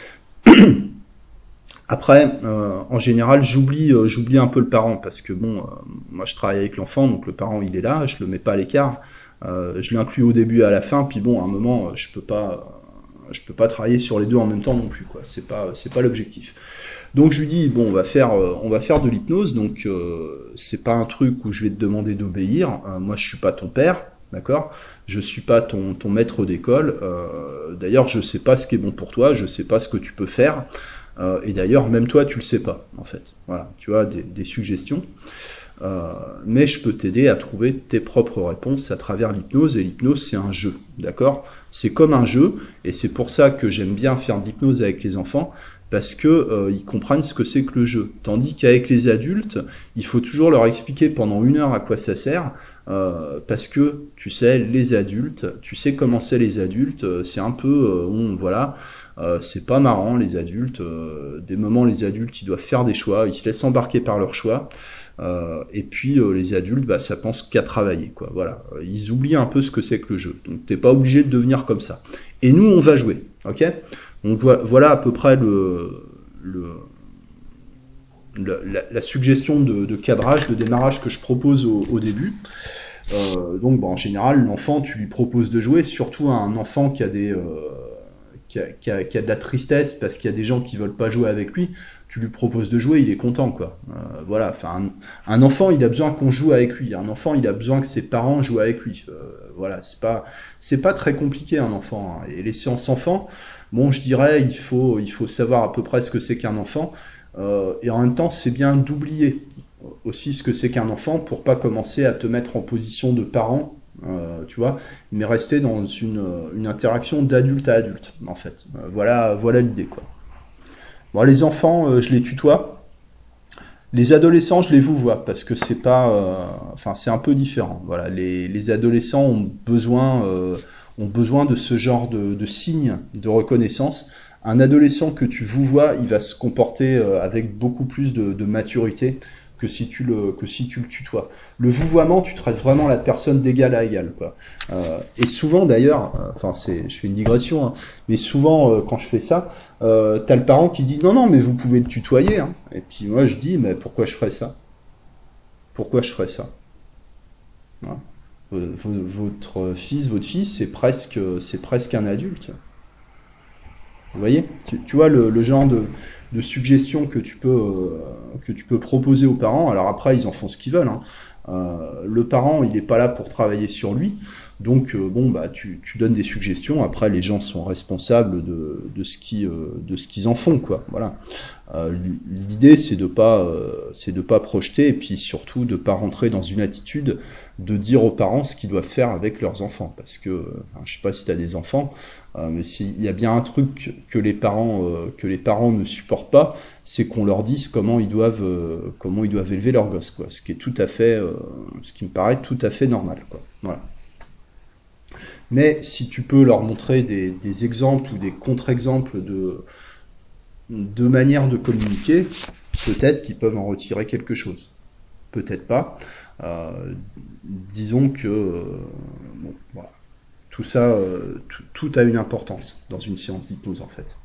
Speaker 1: Après, euh, en général, j'oublie, euh, j'oublie un peu le parent parce que bon, euh, moi je travaille avec l'enfant, donc le parent il est là, je le mets pas à l'écart, euh, je l'inclus au début et à la fin, puis bon, à un moment, je peux pas, je peux pas travailler sur les deux en même temps non plus, quoi. C'est pas, c'est pas l'objectif. Donc je lui dis bon, on va faire, euh, on va faire de l'hypnose, donc euh, c'est pas un truc où je vais te demander d'obéir. Euh, moi, je suis pas ton père, d'accord? Je suis pas ton, ton maître d'école. Euh, d'ailleurs, je sais pas ce qui est bon pour toi, je sais pas ce que tu peux faire. Euh, et d'ailleurs, même toi, tu le sais pas, en fait. Voilà, tu as des, des suggestions. Euh, mais je peux t'aider à trouver tes propres réponses à travers l'hypnose. Et l'hypnose, c'est un jeu, d'accord? C'est comme un jeu, et c'est pour ça que j'aime bien faire de l'hypnose avec les enfants, parce que euh, ils comprennent ce que c'est que le jeu. Tandis qu'avec les adultes, il faut toujours leur expliquer pendant une heure à quoi ça sert, euh, parce que tu sais, les adultes, tu sais comment c'est les adultes, euh, c'est un peu, euh, on, voilà, euh, c'est pas marrant les adultes. Euh, des moments, les adultes, ils doivent faire des choix, ils se laissent embarquer par leurs choix. Euh, et puis euh, les adultes, bah, ça pense qu'à travailler, quoi. Voilà, ils oublient un peu ce que c'est que le jeu. Donc t'es pas obligé de devenir comme ça. Et nous, on va jouer, ok? Donc voilà à peu près le, le, le la, la, suggestion de, de cadrage, de démarrage que je propose au, au début. Euh, donc bah, en général, l'enfant, tu lui proposes de jouer, surtout à un enfant qui a des euh, qui a, qui, a, qui a de la tristesse parce qu'il y a des gens qui veulent pas jouer avec lui, tu lui proposes de jouer, il est content, quoi. Euh, voilà, enfin, un, un enfant, il a besoin qu'on joue avec lui. Un enfant, il a besoin que ses parents jouent avec lui. Euh, voilà, c'est pas, c'est pas très compliqué un enfant. Hein. Et les séances enfants, bon, je dirais, il faut, il faut savoir à peu près ce que c'est qu'un enfant. Euh, et en même temps, c'est bien d'oublier aussi ce que c'est qu'un enfant pour pas commencer à te mettre en position de parent, euh, tu vois, mais rester dans une, une interaction d'adulte à adulte, en fait. Euh, voilà, voilà l'idée, quoi. Bon, les enfants, euh, je les tutoie. Les adolescents, je les vous vois parce que c'est pas, euh, enfin, c'est un peu différent. Voilà, les, les adolescents ont besoin, euh, ont besoin de ce genre de, de signes de reconnaissance. Un adolescent que tu vous vois, il va se comporter euh, avec beaucoup plus de, de maturité que si tu le que si tu le tutoies. Le vouvoiement, tu traites vraiment la personne d'égal à égal, quoi. Euh, et souvent d'ailleurs, euh, enfin c'est, je fais une digression, hein, mais souvent euh, quand je fais ça, euh, t'as le parent qui dit non non mais vous pouvez le tutoyer, hein. Et puis moi je dis mais pourquoi je ferais ça? Pourquoi je ferais ça? Hein. Votre fils, votre fils, c'est presque, c'est presque un adulte. Vous voyez, tu, tu vois le, le genre de, de suggestion que tu peux euh, que tu peux proposer aux parents. Alors après, ils en font ce qu'ils veulent. Hein. Euh, le parent, il n'est pas là pour travailler sur lui. Donc, euh, bon, bah, tu, tu donnes des suggestions. Après, les gens sont responsables de, de ce qui, euh, de ce qu'ils en font, quoi. Voilà. Euh, L'idée, c'est de pas, euh, c'est de pas projeter et puis surtout de pas rentrer dans une attitude de dire aux parents ce qu'ils doivent faire avec leurs enfants. Parce que, enfin, je sais pas si tu as des enfants, euh, mais s'il y a bien un truc que les parents, euh, que les parents ne supportent pas, c'est qu'on leur dise comment ils doivent, euh, comment ils doivent élever leur gosse, quoi. Ce qui est tout à fait, euh, ce qui me paraît tout à fait normal, quoi. Voilà. Mais si tu peux leur montrer des, des exemples ou des contre-exemples de, de manières de communiquer, peut-être qu'ils peuvent en retirer quelque chose. Peut-être pas. Euh, Disons que euh, bon, voilà. Tout ça, euh, tout, tout a une importance dans une séance d'hypnose en fait.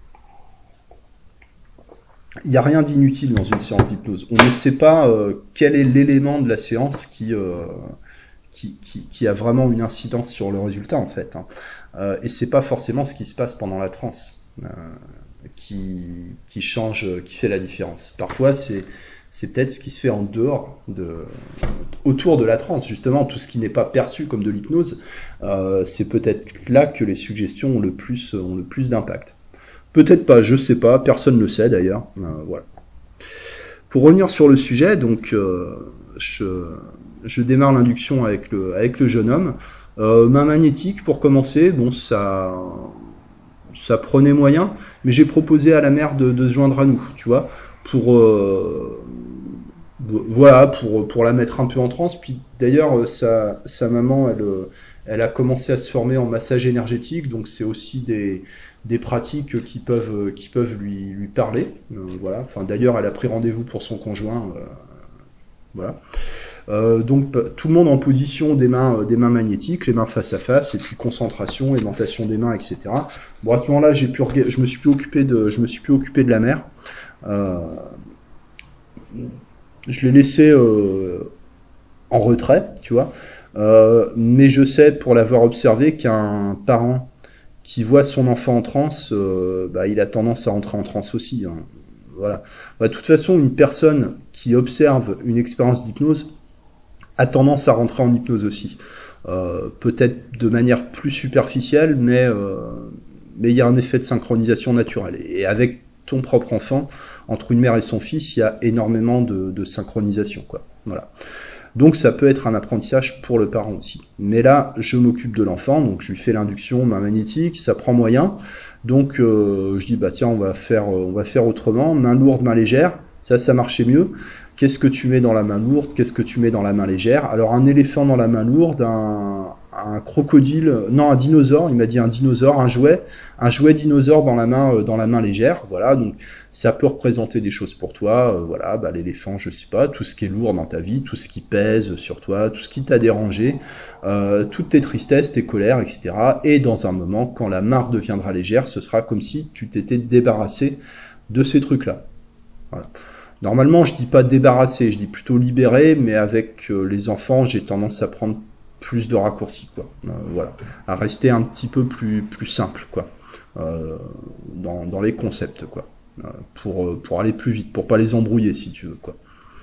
Speaker 1: Il n'y a rien d'inutile dans une séance d'hypnose. On ne sait pas euh, quel est l'élément de la séance qui, euh, qui, qui, qui a vraiment une incidence sur le résultat en fait. Hein. Euh, et c'est pas forcément ce qui se passe pendant la transe euh, qui, qui change, qui fait la différence. Parfois c'est c'est peut-être ce qui se fait en dehors de autour de la transe justement, tout ce qui n'est pas perçu comme de l'hypnose. Euh, c'est peut-être là que les suggestions ont le plus ont le plus d'impact. Peut-être pas, je sais pas, personne ne le sait d'ailleurs. Euh, voilà. Pour revenir sur le sujet, donc euh, je, je démarre l'induction avec le, avec le jeune homme. Euh, main magnétique pour commencer, bon ça, ça prenait moyen, mais j'ai proposé à la mère de, de se joindre à nous, tu vois, pour euh, voilà, pour, pour la mettre un peu en transe. Puis d'ailleurs, sa, sa maman, elle, elle a commencé à se former en massage énergétique, donc c'est aussi des, des pratiques qui peuvent, qui peuvent lui, lui parler. Euh, voilà. Enfin, d'ailleurs, elle a pris rendez-vous pour son conjoint. Euh, voilà. Euh, donc tout le monde en position des mains, euh, des mains magnétiques, les mains face à face, et puis concentration, aimantation des mains, et cetera. Bon, à ce moment-là, j'ai pu, je me suis plus occupé de, je me suis plus occupé de la mère. Euh, je l'ai laissé euh, en retrait, tu vois. Euh, mais je sais, pour l'avoir observé, qu'un parent qui voit son enfant en transe, euh, bah, il a tendance à rentrer en transe aussi. Hein. Voilà. Bah, de toute façon, une personne qui observe une expérience d'hypnose a tendance à rentrer en hypnose aussi. Euh, peut-être de manière plus superficielle, mais euh, mais il y a un effet de synchronisation naturelle. Et avec ton propre enfant, entre une mère et son fils, il y a énormément de, de synchronisation, quoi. Voilà. Donc ça peut être un apprentissage pour le parent aussi. Mais là, je m'occupe de l'enfant, donc je lui fais l'induction, main magnétique, ça prend moyen. Donc euh, je dis bah tiens, on va faire on va faire autrement, main lourde, main légère. Ça ça marchait mieux. Qu'est-ce que tu mets dans la main lourde, qu'est-ce que tu mets dans la main légère? Alors un éléphant dans la main lourde, un, un crocodile, non un dinosaure, il m'a dit un dinosaure, un jouet, un jouet dinosaure dans la main euh, dans la main légère. Voilà, donc ça peut représenter des choses pour toi. Euh, voilà, bah, l'éléphant, je sais pas, tout ce qui est lourd dans ta vie, tout ce qui pèse sur toi, tout ce qui t'a dérangé, euh, toutes tes tristesses, tes colères, et cetera. Et dans un moment, quand la main deviendra légère, ce sera comme si tu t'étais débarrassé de ces trucs-là. Voilà. Normalement, je dis pas débarrassé, je dis plutôt libéré, mais avec euh, les enfants, j'ai tendance à prendre plus de raccourcis, quoi. Euh, voilà, à rester un petit peu plus plus simple, quoi, euh, dans, dans les concepts, quoi, euh, pour euh, pour aller plus vite, pour pas les embrouiller, si tu veux, quoi.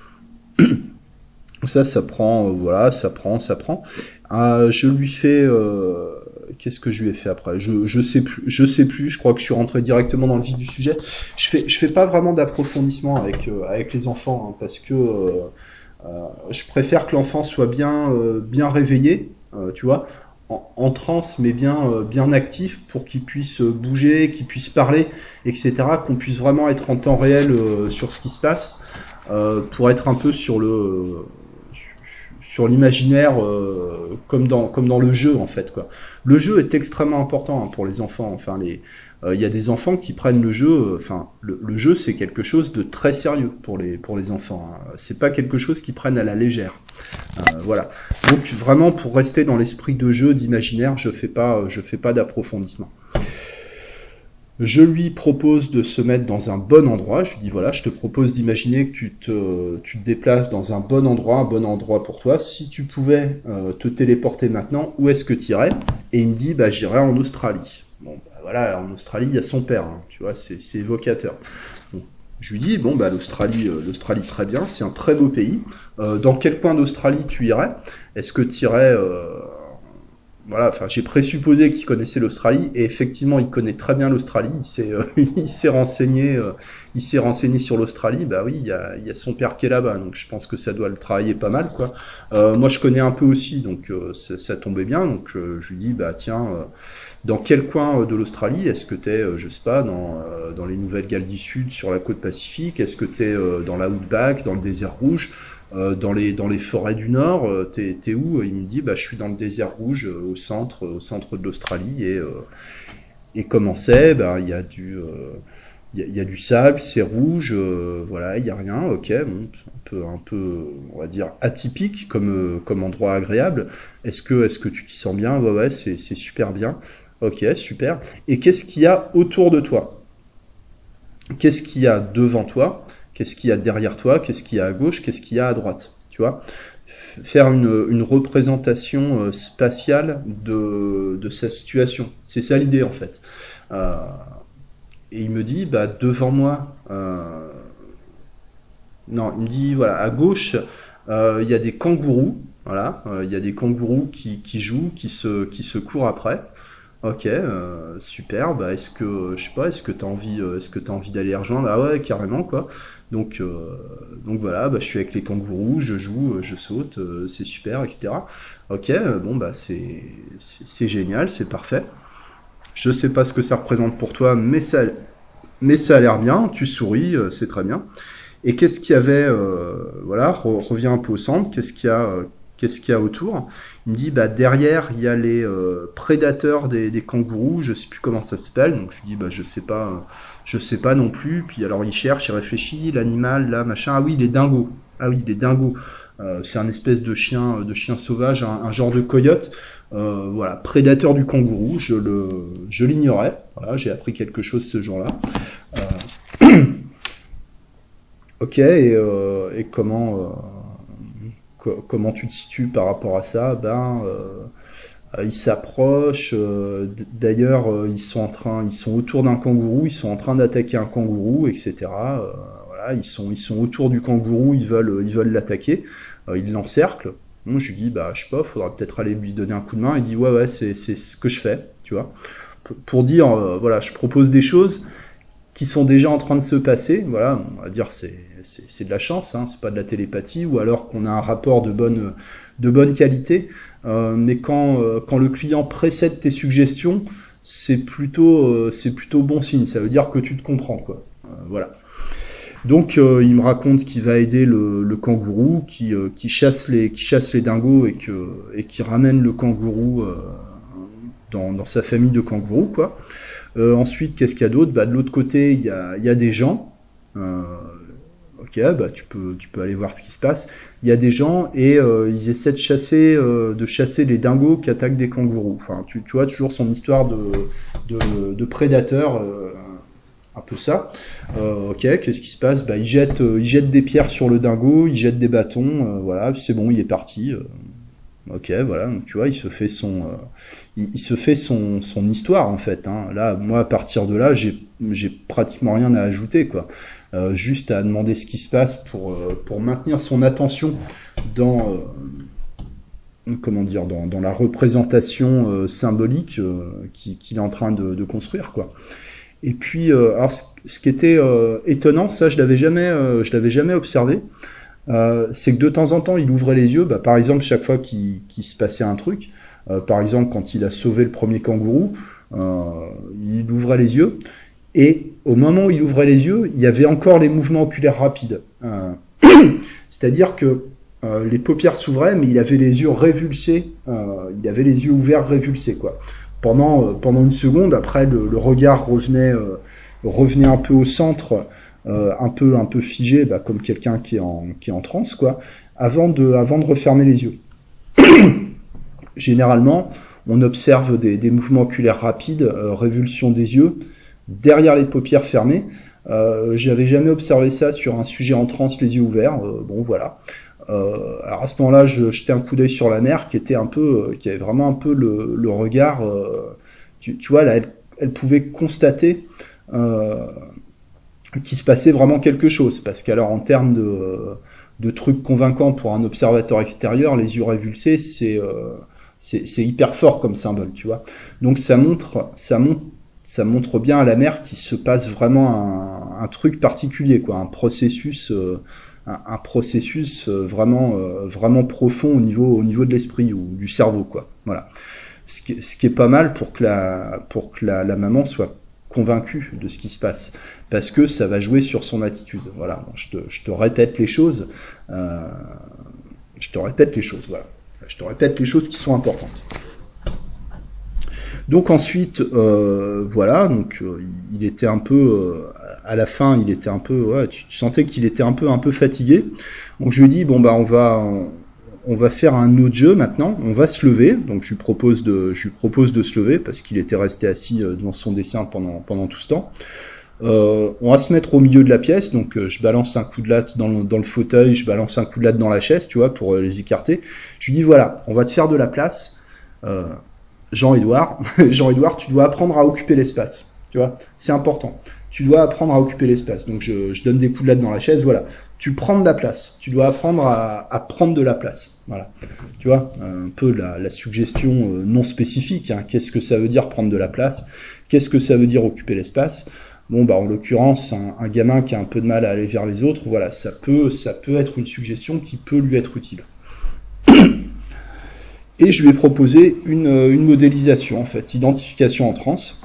Speaker 1: Ça, ça prend, euh, voilà, ça prend, ça prend. Euh, je lui fais, euh, qu'est-ce que je lui ai fait après? Je, je sais plus, je sais plus. Je crois que je suis rentré directement dans le vif du sujet. Je fais, je fais pas vraiment d'approfondissement avec euh, avec les enfants hein, parce que euh, euh, je préfère que l'enfant soit bien euh, bien réveillé, euh, tu vois, en, en transe mais bien euh, bien actif pour qu'il puisse bouger, qu'il puisse parler, et cetera. Qu'on puisse vraiment être en temps réel euh, sur ce qui se passe euh, pour être un peu sur le sur l'imaginaire euh, comme dans comme dans le jeu en fait quoi. Le jeu est extrêmement important hein, pour les enfants. Enfin les il euh, y a des enfants qui prennent le jeu. Enfin le, le jeu c'est quelque chose de très sérieux pour les pour les enfants. Hein. C'est pas quelque chose qu'ils prennent à la légère. Euh, voilà. Donc vraiment pour rester dans l'esprit de jeu d'imaginaire, je fais pas je fais pas d'approfondissement. Je lui propose de se mettre dans un bon endroit. Je lui dis voilà, je te propose d'imaginer que tu te, tu te déplaces dans un bon endroit, un bon endroit pour toi. Si tu pouvais euh, te téléporter maintenant, où est-ce que tu irais? Et il me dit bah j'irais en Australie. Bon bah voilà, en Australie il y a son père, hein, tu vois, c'est, c'est évocateur. Bon. Je lui dis, bon, bah, l'Australie, euh, l'Australie, très bien, c'est un très beau pays. Euh, dans quel coin d'Australie tu irais? Est-ce que tu irais, euh, voilà, enfin, j'ai présupposé qu'il connaissait l'Australie, et effectivement, il connaît très bien l'Australie. Il s'est, euh, il s'est renseigné, euh, il s'est renseigné sur l'Australie. Bah oui, il y a, il y a son père qui est là-bas, donc je pense que ça doit le travailler pas mal, quoi. Euh, moi, je connais un peu aussi, donc euh, ça, ça tombait bien. Donc euh, je lui dis, bah tiens, euh, dans quel coin euh, de l'Australie? Est-ce que t'es, euh, je sais pas, dans, euh, dans les Nouvelles-Galles du Sud, sur la côte Pacifique? Est-ce que t'es euh, dans la Outback, dans le désert rouge, euh, dans les dans les forêts du Nord? Euh, t'es t'es où? Il me dit, bah je suis dans le désert rouge, euh, au centre, au centre de l'Australie. Et euh, et comment c'est? Ben il y a du euh, il y, a, il y a du sable, c'est rouge, euh, voilà, il y a rien. Ok, bon, un peu un peu, on va dire atypique comme euh, comme endroit agréable. Est-ce que est-ce que tu t'y sens bien? Ouais, ouais, c'est c'est super bien. Ok, super. Et qu'est-ce qu'il y a autour de toi? Qu'est-ce qu'il y a devant toi? Qu'est-ce qu'il y a derrière toi? Qu'est-ce qu'il y a à gauche? Qu'est-ce qu'il y a à droite? Tu vois? Faire une, une représentation euh, spatiale de, de sa situation. C'est ça l'idée en fait. Euh, et il me dit, bah devant moi, euh, non, il me dit, voilà, à gauche, euh, il y a des kangourous. Voilà, euh, il y a des kangourous qui, qui jouent, qui se, qui se courent après. Ok, euh, super. Bah, est-ce que, je sais pas, est-ce que t'as envie, euh, est-ce que t'as envie d'aller les rejoindre? Ah ouais, carrément quoi. Donc, euh, donc voilà, bah, je suis avec les kangourous, je joue, euh, je saute, euh, c'est super, et cetera. Ok, euh, bon bah c'est, c'est c'est génial, c'est parfait. Je sais pas ce que ça représente pour toi, mais ça, mais ça a l'air bien. Tu souris, euh, c'est très bien. Et qu'est-ce qu'il y avait, euh, voilà, re- reviens un peu au centre, qu'est-ce qu'il y a, euh, qu'est-ce qu'il y a autour? Il me dit, bah derrière, il y a les euh, prédateurs des, des kangourous, je sais plus comment ça s'appelle, donc je lui dis, bah je sais pas, euh, je sais pas non plus. Puis alors il cherche, il réfléchit, l'animal, là, machin, ah oui, les dingos, ah oui, les dingos. Euh, c'est un espèce de chien, de chien sauvage, un, un genre de coyote. Euh, voilà, prédateur du kangourou, je le, je l'ignorais. Voilà, j'ai appris quelque chose ce jour-là. Ok, et, euh, et comment, euh, co- comment tu te situes par rapport à ça? Ben, euh, euh, ils s'approchent. Euh, d- d'ailleurs, euh, ils sont en train, ils sont autour d'un kangourou. Ils sont en train d'attaquer un kangourou, et cetera. Euh, voilà, ils sont, ils sont autour du kangourou. Ils veulent, ils veulent l'attaquer. Euh, ils l'encerclent. Moi, je lui dis, bah, je sais pas, faudra peut-être aller lui donner un coup de main. Il dit, ouais, ouais, c'est, c'est ce que je fais, tu vois. P- Pour dire, euh, voilà, je propose des choses qui sont déjà en train de se passer. Voilà, on va dire c'est c'est, c'est de la chance, hein, c'est pas de la télépathie, ou alors qu'on a un rapport de bonne de bonne qualité. Euh, mais quand euh, quand le client précède tes suggestions, c'est plutôt euh, c'est plutôt bon signe. Ça veut dire que tu te comprends, quoi. Euh, voilà. Donc euh, il me raconte qu'il va aider le, le kangourou, qui, euh, qui chasse les qui chasse les dingos et que et qui ramène le kangourou euh, dans, dans sa famille de kangourous, quoi. Euh, ensuite, qu'est-ce qu'il y a d'autre? Bah, de l'autre côté, il y a, il y a des gens. Euh, ok, bah, tu peux, tu peux aller voir ce qui se passe. Il y a des gens et euh, ils essaient de chasser, euh, de chasser les dingos qui attaquent des kangourous. Enfin, tu, tu vois, toujours son histoire de, de, de prédateur, euh, un peu ça. Euh, ok, qu'est-ce qui se passe? Bah, ils jettent, euh, ils jettent des pierres sur le dingo, ils jettent des bâtons. Euh, voilà, c'est bon, il est parti. Euh, ok, voilà, donc tu vois, il se fait son, euh, il, il se fait son, son histoire en fait. Hein. Là, moi, à partir de là, j'ai, j'ai pratiquement rien à ajouter, quoi. Euh, juste à demander ce qui se passe pour, euh, pour maintenir son attention dans, euh, comment dire, dans, dans la représentation euh, symbolique euh, qu'il, qu'il est en train de, de construire, quoi. Et puis, euh, alors, ce, ce qui était euh, étonnant, ça, je l'avais jamais, euh, je l'avais jamais observé. Euh, c'est que de temps en temps, il ouvrait les yeux. Bah, par exemple, chaque fois qu'il qu'il se passait un truc, euh, par exemple, quand il a sauvé le premier kangourou, euh, il ouvrait les yeux. Et au moment où il ouvrait les yeux, il y avait encore les mouvements oculaires rapides. Euh, C'est-à-dire que euh, les paupières s'ouvraient, mais il avait les yeux révulsés. Euh, il avait les yeux ouverts révulsés, quoi. Pendant, euh, pendant une seconde, après, le, le regard revenait, euh, revenait un peu au centre, euh, un peu, un peu figé, bah, comme quelqu'un qui est en, qui est en transe, quoi, avant de, avant de refermer les yeux. Généralement, on observe des, des mouvements oculaires rapides, euh, révulsion des yeux, derrière les paupières fermées. Euh, J'avais jamais observé ça sur un sujet en transe, les yeux ouverts. Euh, bon, voilà. Euh, alors à ce moment-là, je jetais un coup d'œil sur la mère, qui était un peu, euh, qui avait vraiment un peu le, le regard. Euh, tu, tu vois, là, elle, elle pouvait constater, euh, qu'il se passait vraiment quelque chose. Parce qu'alors, en termes de, de trucs convaincants pour un observateur extérieur, les yeux révulsés, c'est euh, c'est c'est hyper fort comme symbole, tu vois. Donc ça montre, ça montre, ça montre bien à la mer qu'il se passe vraiment un, un truc particulier, quoi, un processus, euh, un, un processus euh, vraiment, euh, vraiment profond au niveau, au niveau de l'esprit ou du cerveau, quoi. Voilà. Ce qui, ce qui est pas mal pour que la, pour que la, la maman soit convaincue de ce qui se passe, parce que ça va jouer sur son attitude. Voilà, bon, je, te, je te répète les choses, euh, je te répète les choses, voilà. Je te répète les choses qui sont importantes. Donc ensuite, euh, voilà, donc euh, il était un peu, euh, à la fin, il était un peu, ouais, tu, tu sentais qu'il était un peu, un peu fatigué. Donc je lui ai dit, bon bah on va, on va faire un autre jeu maintenant. On va se lever. Donc je lui propose de, je lui propose de se lever parce qu'il était resté assis devant son dessin pendant, pendant tout ce temps. Euh, on va se mettre au milieu de la pièce, donc euh, je balance un coup de latte dans le, dans le fauteuil, je balance un coup de latte dans la chaise, tu vois, pour euh, les écarter. Je lui dis voilà, on va te faire de la place. Euh, Jean-Édouard, Jean-Édouard, tu dois apprendre à occuper l'espace. Tu vois, c'est important. Tu dois apprendre à occuper l'espace. Donc je, je donne des coups de latte dans la chaise, voilà. Tu prends de la place. Tu dois apprendre à, à prendre de la place. Voilà. Tu vois, un peu la, la suggestion euh, non spécifique. Hein. Qu'est-ce que ça veut dire prendre de la place? Qu'est-ce que ça veut dire occuper l'espace? Bon, bah en l'occurrence, un, un gamin qui a un peu de mal à aller vers les autres, voilà, ça peut, ça peut être une suggestion qui peut lui être utile. Et je lui ai proposé une, une modélisation, en fait, identification en transe,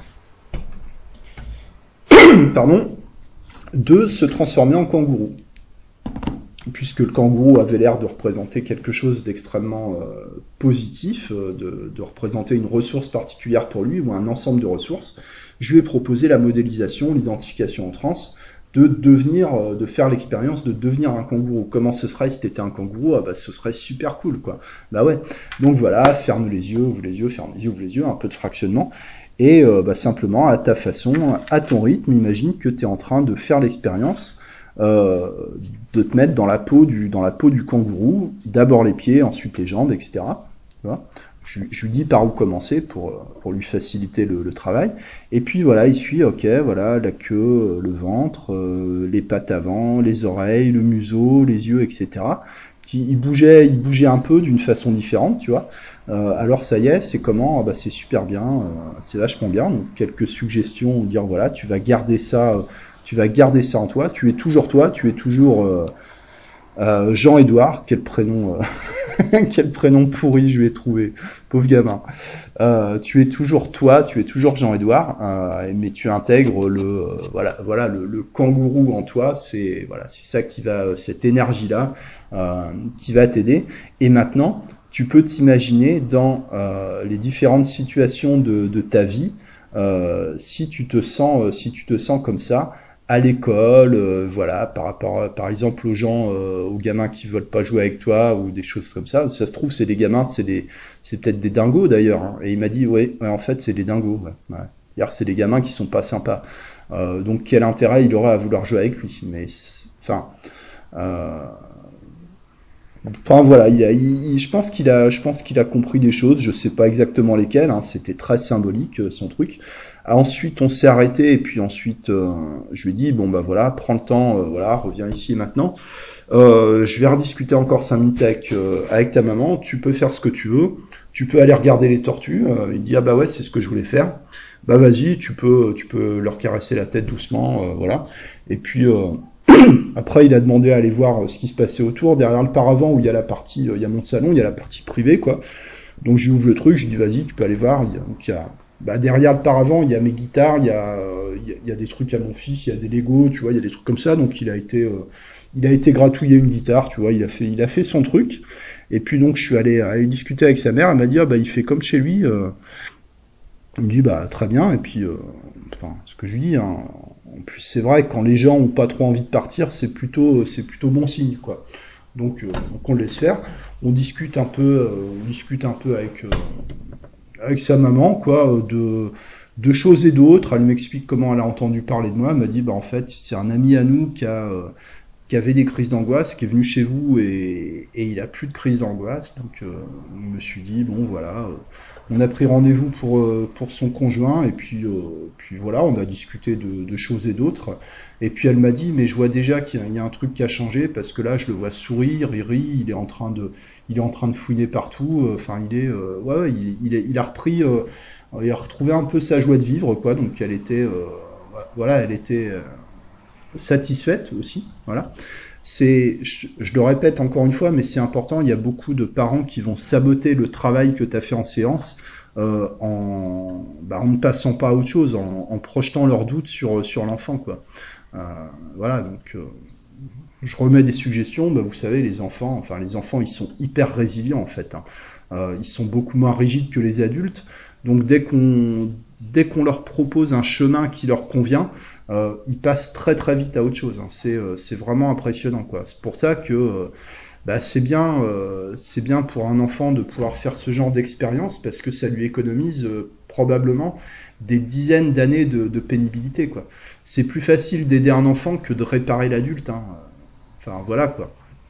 Speaker 1: pardon, de se transformer en kangourou. Puisque le kangourou avait l'air de représenter quelque chose d'extrêmement euh, positif, euh, de, de représenter une ressource particulière pour lui, ou un ensemble de ressources, je lui ai proposé la modélisation, l'identification en transe, de devenir, euh, de faire l'expérience de devenir un kangourou. Comment ce serait si t'étais un kangourou? Ah bah ce serait super cool, quoi. Bah ouais. Donc voilà, ferme les yeux, ouvre les yeux, ferme les yeux, ouvre les yeux, un peu de fractionnement. Et euh, bah, simplement, à ta façon, à ton rythme, imagine que tu es en train de faire l'expérience euh, de te mettre dans la peau du, dans la peau du kangourou, d'abord les pieds, ensuite les jambes, et cetera. Tu vois, je, je lui dis par où commencer pour, pour lui faciliter le, le travail. Et puis voilà, il suit, ok, voilà, la queue, le ventre, euh, les pattes avant, les oreilles, le museau, les yeux, et cetera. Il bougeait, il bougeait un peu d'une façon différente, tu vois. Euh, alors ça y est, c'est comment? Ah bah, c'est super bien, euh, c'est vachement bien. Donc quelques suggestions, dire voilà, tu vas garder ça, euh, tu vas garder ça en toi. Tu es toujours toi, tu es toujours euh, euh, Jean-Édouard. Quel prénom, euh, quel prénom pourri je lui ai trouvé, pauvre gamin. Euh, tu es toujours toi, tu es toujours Jean-Édouard, euh, mais tu intègres le, euh, voilà, voilà, le, le kangourou en toi. C'est voilà, c'est ça qui va, cette énergie là, euh, qui va t'aider. Et maintenant, tu peux t'imaginer dans euh, les différentes situations de, de ta vie, euh, si tu te sens, euh, si tu te sens comme ça, à l'école, euh, voilà, par rapport, par exemple, aux gens, euh, aux gamins qui veulent pas jouer avec toi ou des choses comme ça. Si ça se trouve, c'est des gamins, c'est des, c'est peut-être des dingos d'ailleurs. Hein. Et il m'a dit, ouais, ouais, en fait, c'est des dingos. Ouais. Ouais. Hier, c'est des gamins qui sont pas sympas. Euh, donc, quel intérêt il aurait à vouloir jouer avec lui? Mais, enfin, euh, enfin voilà, il a, il, je pense qu'il a, je pense qu'il a compris des choses. Je sais pas exactement lesquelles. Hein, c'était très symbolique son truc. Ah, ensuite, on s'est arrêté et puis ensuite, euh, je lui ai dit bon bah voilà, prends le temps, euh, voilà, reviens ici et maintenant. Euh, je vais rediscuter encore cinq minutes avec euh, avec ta maman. Tu peux faire ce que tu veux. Tu peux aller regarder les tortues. Euh, il dit ah bah ouais, c'est ce que je voulais faire. Bah vas-y, tu peux, tu peux leur caresser la tête doucement, euh, voilà. Et puis euh, après, il a demandé à aller voir ce qui se passait autour, derrière le paravent où il y a la partie, il y a mon salon, il y a la partie privée, quoi. Donc je lui ouvre le truc, je dis vas-y, tu peux aller voir. Il y a, donc il y a, bah, derrière le paravent, il y a mes guitares, il y a, euh, il y a, il y a des trucs à mon fils, il y a des Lego, tu vois, il y a des trucs comme ça. Donc il a été, euh, il a été gratouiller une guitare, tu vois, il a fait, il a fait son truc. Et puis donc je suis allé, aller discuter avec sa mère, elle m'a dit ah, bah il fait comme chez lui. Euh, il me dit bah très bien. Et puis, euh, enfin, ce que je lui dis. Hein, en plus, c'est vrai que quand les gens ont pas trop envie de partir, c'est plutôt, c'est plutôt bon signe, quoi. Donc, euh, donc on le laisse faire. On discute un peu, euh, on discute un peu avec, euh, avec sa maman, quoi, euh, de, de choses et d'autres. Elle m'explique comment elle a entendu parler de moi. Elle m'a dit, bah en fait, c'est un ami à nous qui a, euh, qui avait des crises d'angoisse, qui est venu chez vous et, et il a plus de crise d'angoisse. Donc euh, je me suis dit, bon voilà, euh, on a pris rendez-vous pour, euh, pour son conjoint et puis, euh, puis voilà, on a discuté de, de choses et d'autres. Et puis elle m'a dit, mais je vois déjà qu'il y a, il y a un truc qui a changé parce que là je le vois sourire, il rit, il est en train de, il est en train de fouiner partout. Enfin, il est, euh, ouais, ouais, il, il, est- il a repris, euh, il a retrouvé un peu sa joie de vivre, quoi. Donc elle était, euh, voilà, elle était euh, satisfaite aussi, voilà. C'est, je, je le répète encore une fois, mais c'est important. Il y a beaucoup de parents qui vont saboter le travail que tu as fait en séance euh, en, bah, en ne passant pas à autre chose, en, en projetant leurs doutes sur sur l'enfant, quoi. Euh, voilà, donc euh, je remets des suggestions. Bah, vous savez, les enfants, enfin les enfants, ils sont hyper résilients en fait, hein. Euh, ils sont beaucoup moins rigides que les adultes. Donc dès qu'on dès qu'on leur propose un chemin qui leur convient, euh, ils passent très très vite à autre chose, hein. C'est euh, c'est vraiment impressionnant, quoi. C'est pour ça que euh, bah, c'est bien euh, c'est bien pour un enfant de pouvoir faire ce genre d'expérience parce que ça lui économise euh, probablement des dizaines d'années de, de pénibilité, quoi. C'est plus facile d'aider un enfant que de réparer l'adulte, hein. Enfin voilà, quoi.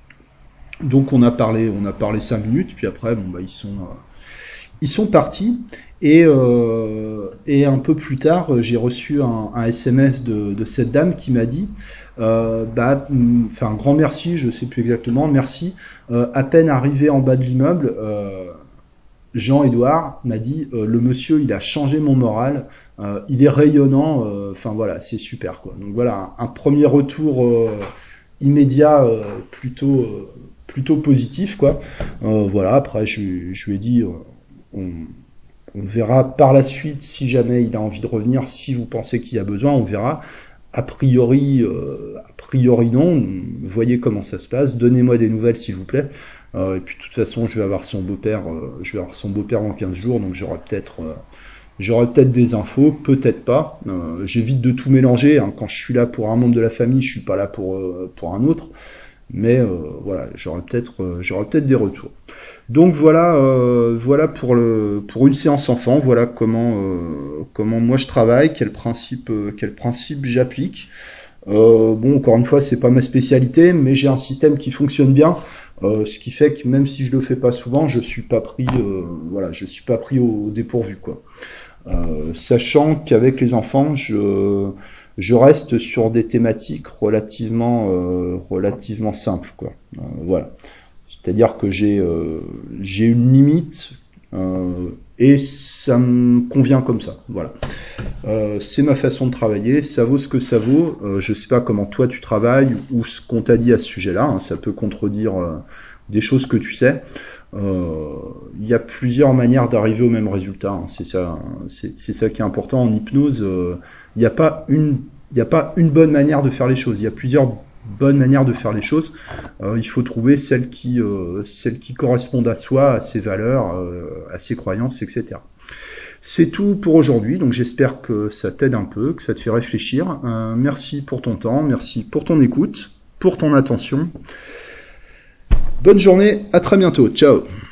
Speaker 1: Donc on a parlé, on a parlé cinq minutes, puis après bon bah ils sont euh, ils sont partis et euh, et un peu plus tard j'ai reçu un, un S M S de, de cette dame qui m'a dit euh, bah enfin un grand merci, je sais plus exactement, merci. Euh, à peine arrivé en bas de l'immeuble, euh, Jean-Édouard m'a dit euh, le monsieur il a changé mon moral, euh, il est rayonnant, euh, enfin voilà c'est super, quoi. Donc voilà un, un premier retour euh, immédiat euh, plutôt euh, plutôt positif, quoi. Euh, voilà, après je, je lui ai dit euh, on, on verra par la suite si jamais il a envie de revenir, si vous pensez qu'il y a besoin, on verra. A priori, euh, a priori non. Voyez comment ça se passe. Donnez-moi des nouvelles s'il vous plaît. Euh, et puis de toute façon, je vais avoir son beau-père. Euh, je vais avoir son beau-père dans quinze jours, donc j'aurai peut-être, euh, j'aurai peut-être des infos, peut-être pas. Euh, J'évite de tout mélanger, hein. Quand je suis là pour un membre de la famille, je suis pas là pour euh, pour un autre. Mais euh, voilà, j'aurai peut-être, euh, j'aurai peut-être des retours. Donc voilà, euh, voilà pour le pour une séance enfant. Voilà comment euh, comment moi je travaille, quel principe euh, quel principe j'applique. Euh, bon, encore une fois, c'est pas ma spécialité, mais j'ai un système qui fonctionne bien, euh, ce qui fait que même si je le fais pas souvent, je suis pas pris, euh, voilà, je suis pas pris au, au dépourvu, quoi. Euh, sachant qu'avec les enfants, je je reste sur des thématiques relativement euh, relativement simples, quoi. Euh, voilà. C'est-à-dire que j'ai euh, j'ai une limite euh, et ça me convient comme ça. Voilà. Euh, c'est ma façon de travailler, ça vaut ce que ça vaut. Euh, je sais pas comment toi tu travailles ou ce qu'on t'a dit à ce sujet-là, hein, ça peut contredire euh, des choses que tu sais. Euh, Il y a plusieurs manières d'arriver au même résultat, hein. C'est ça, c'est c'est ça qui est important en hypnose. Euh, Il n'y a pas une, il y a pas une bonne manière de faire les choses. Il y a plusieurs bonnes manières de faire les choses. Euh, il faut trouver celle qui, euh, celle qui correspondent à soi, à ses valeurs, euh, à ses croyances, et cetera. C'est tout pour aujourd'hui, donc j'espère que ça t'aide un peu, que ça te fait réfléchir. Euh, merci pour ton temps, merci pour ton écoute, pour ton attention. Bonne journée, à très bientôt, ciao.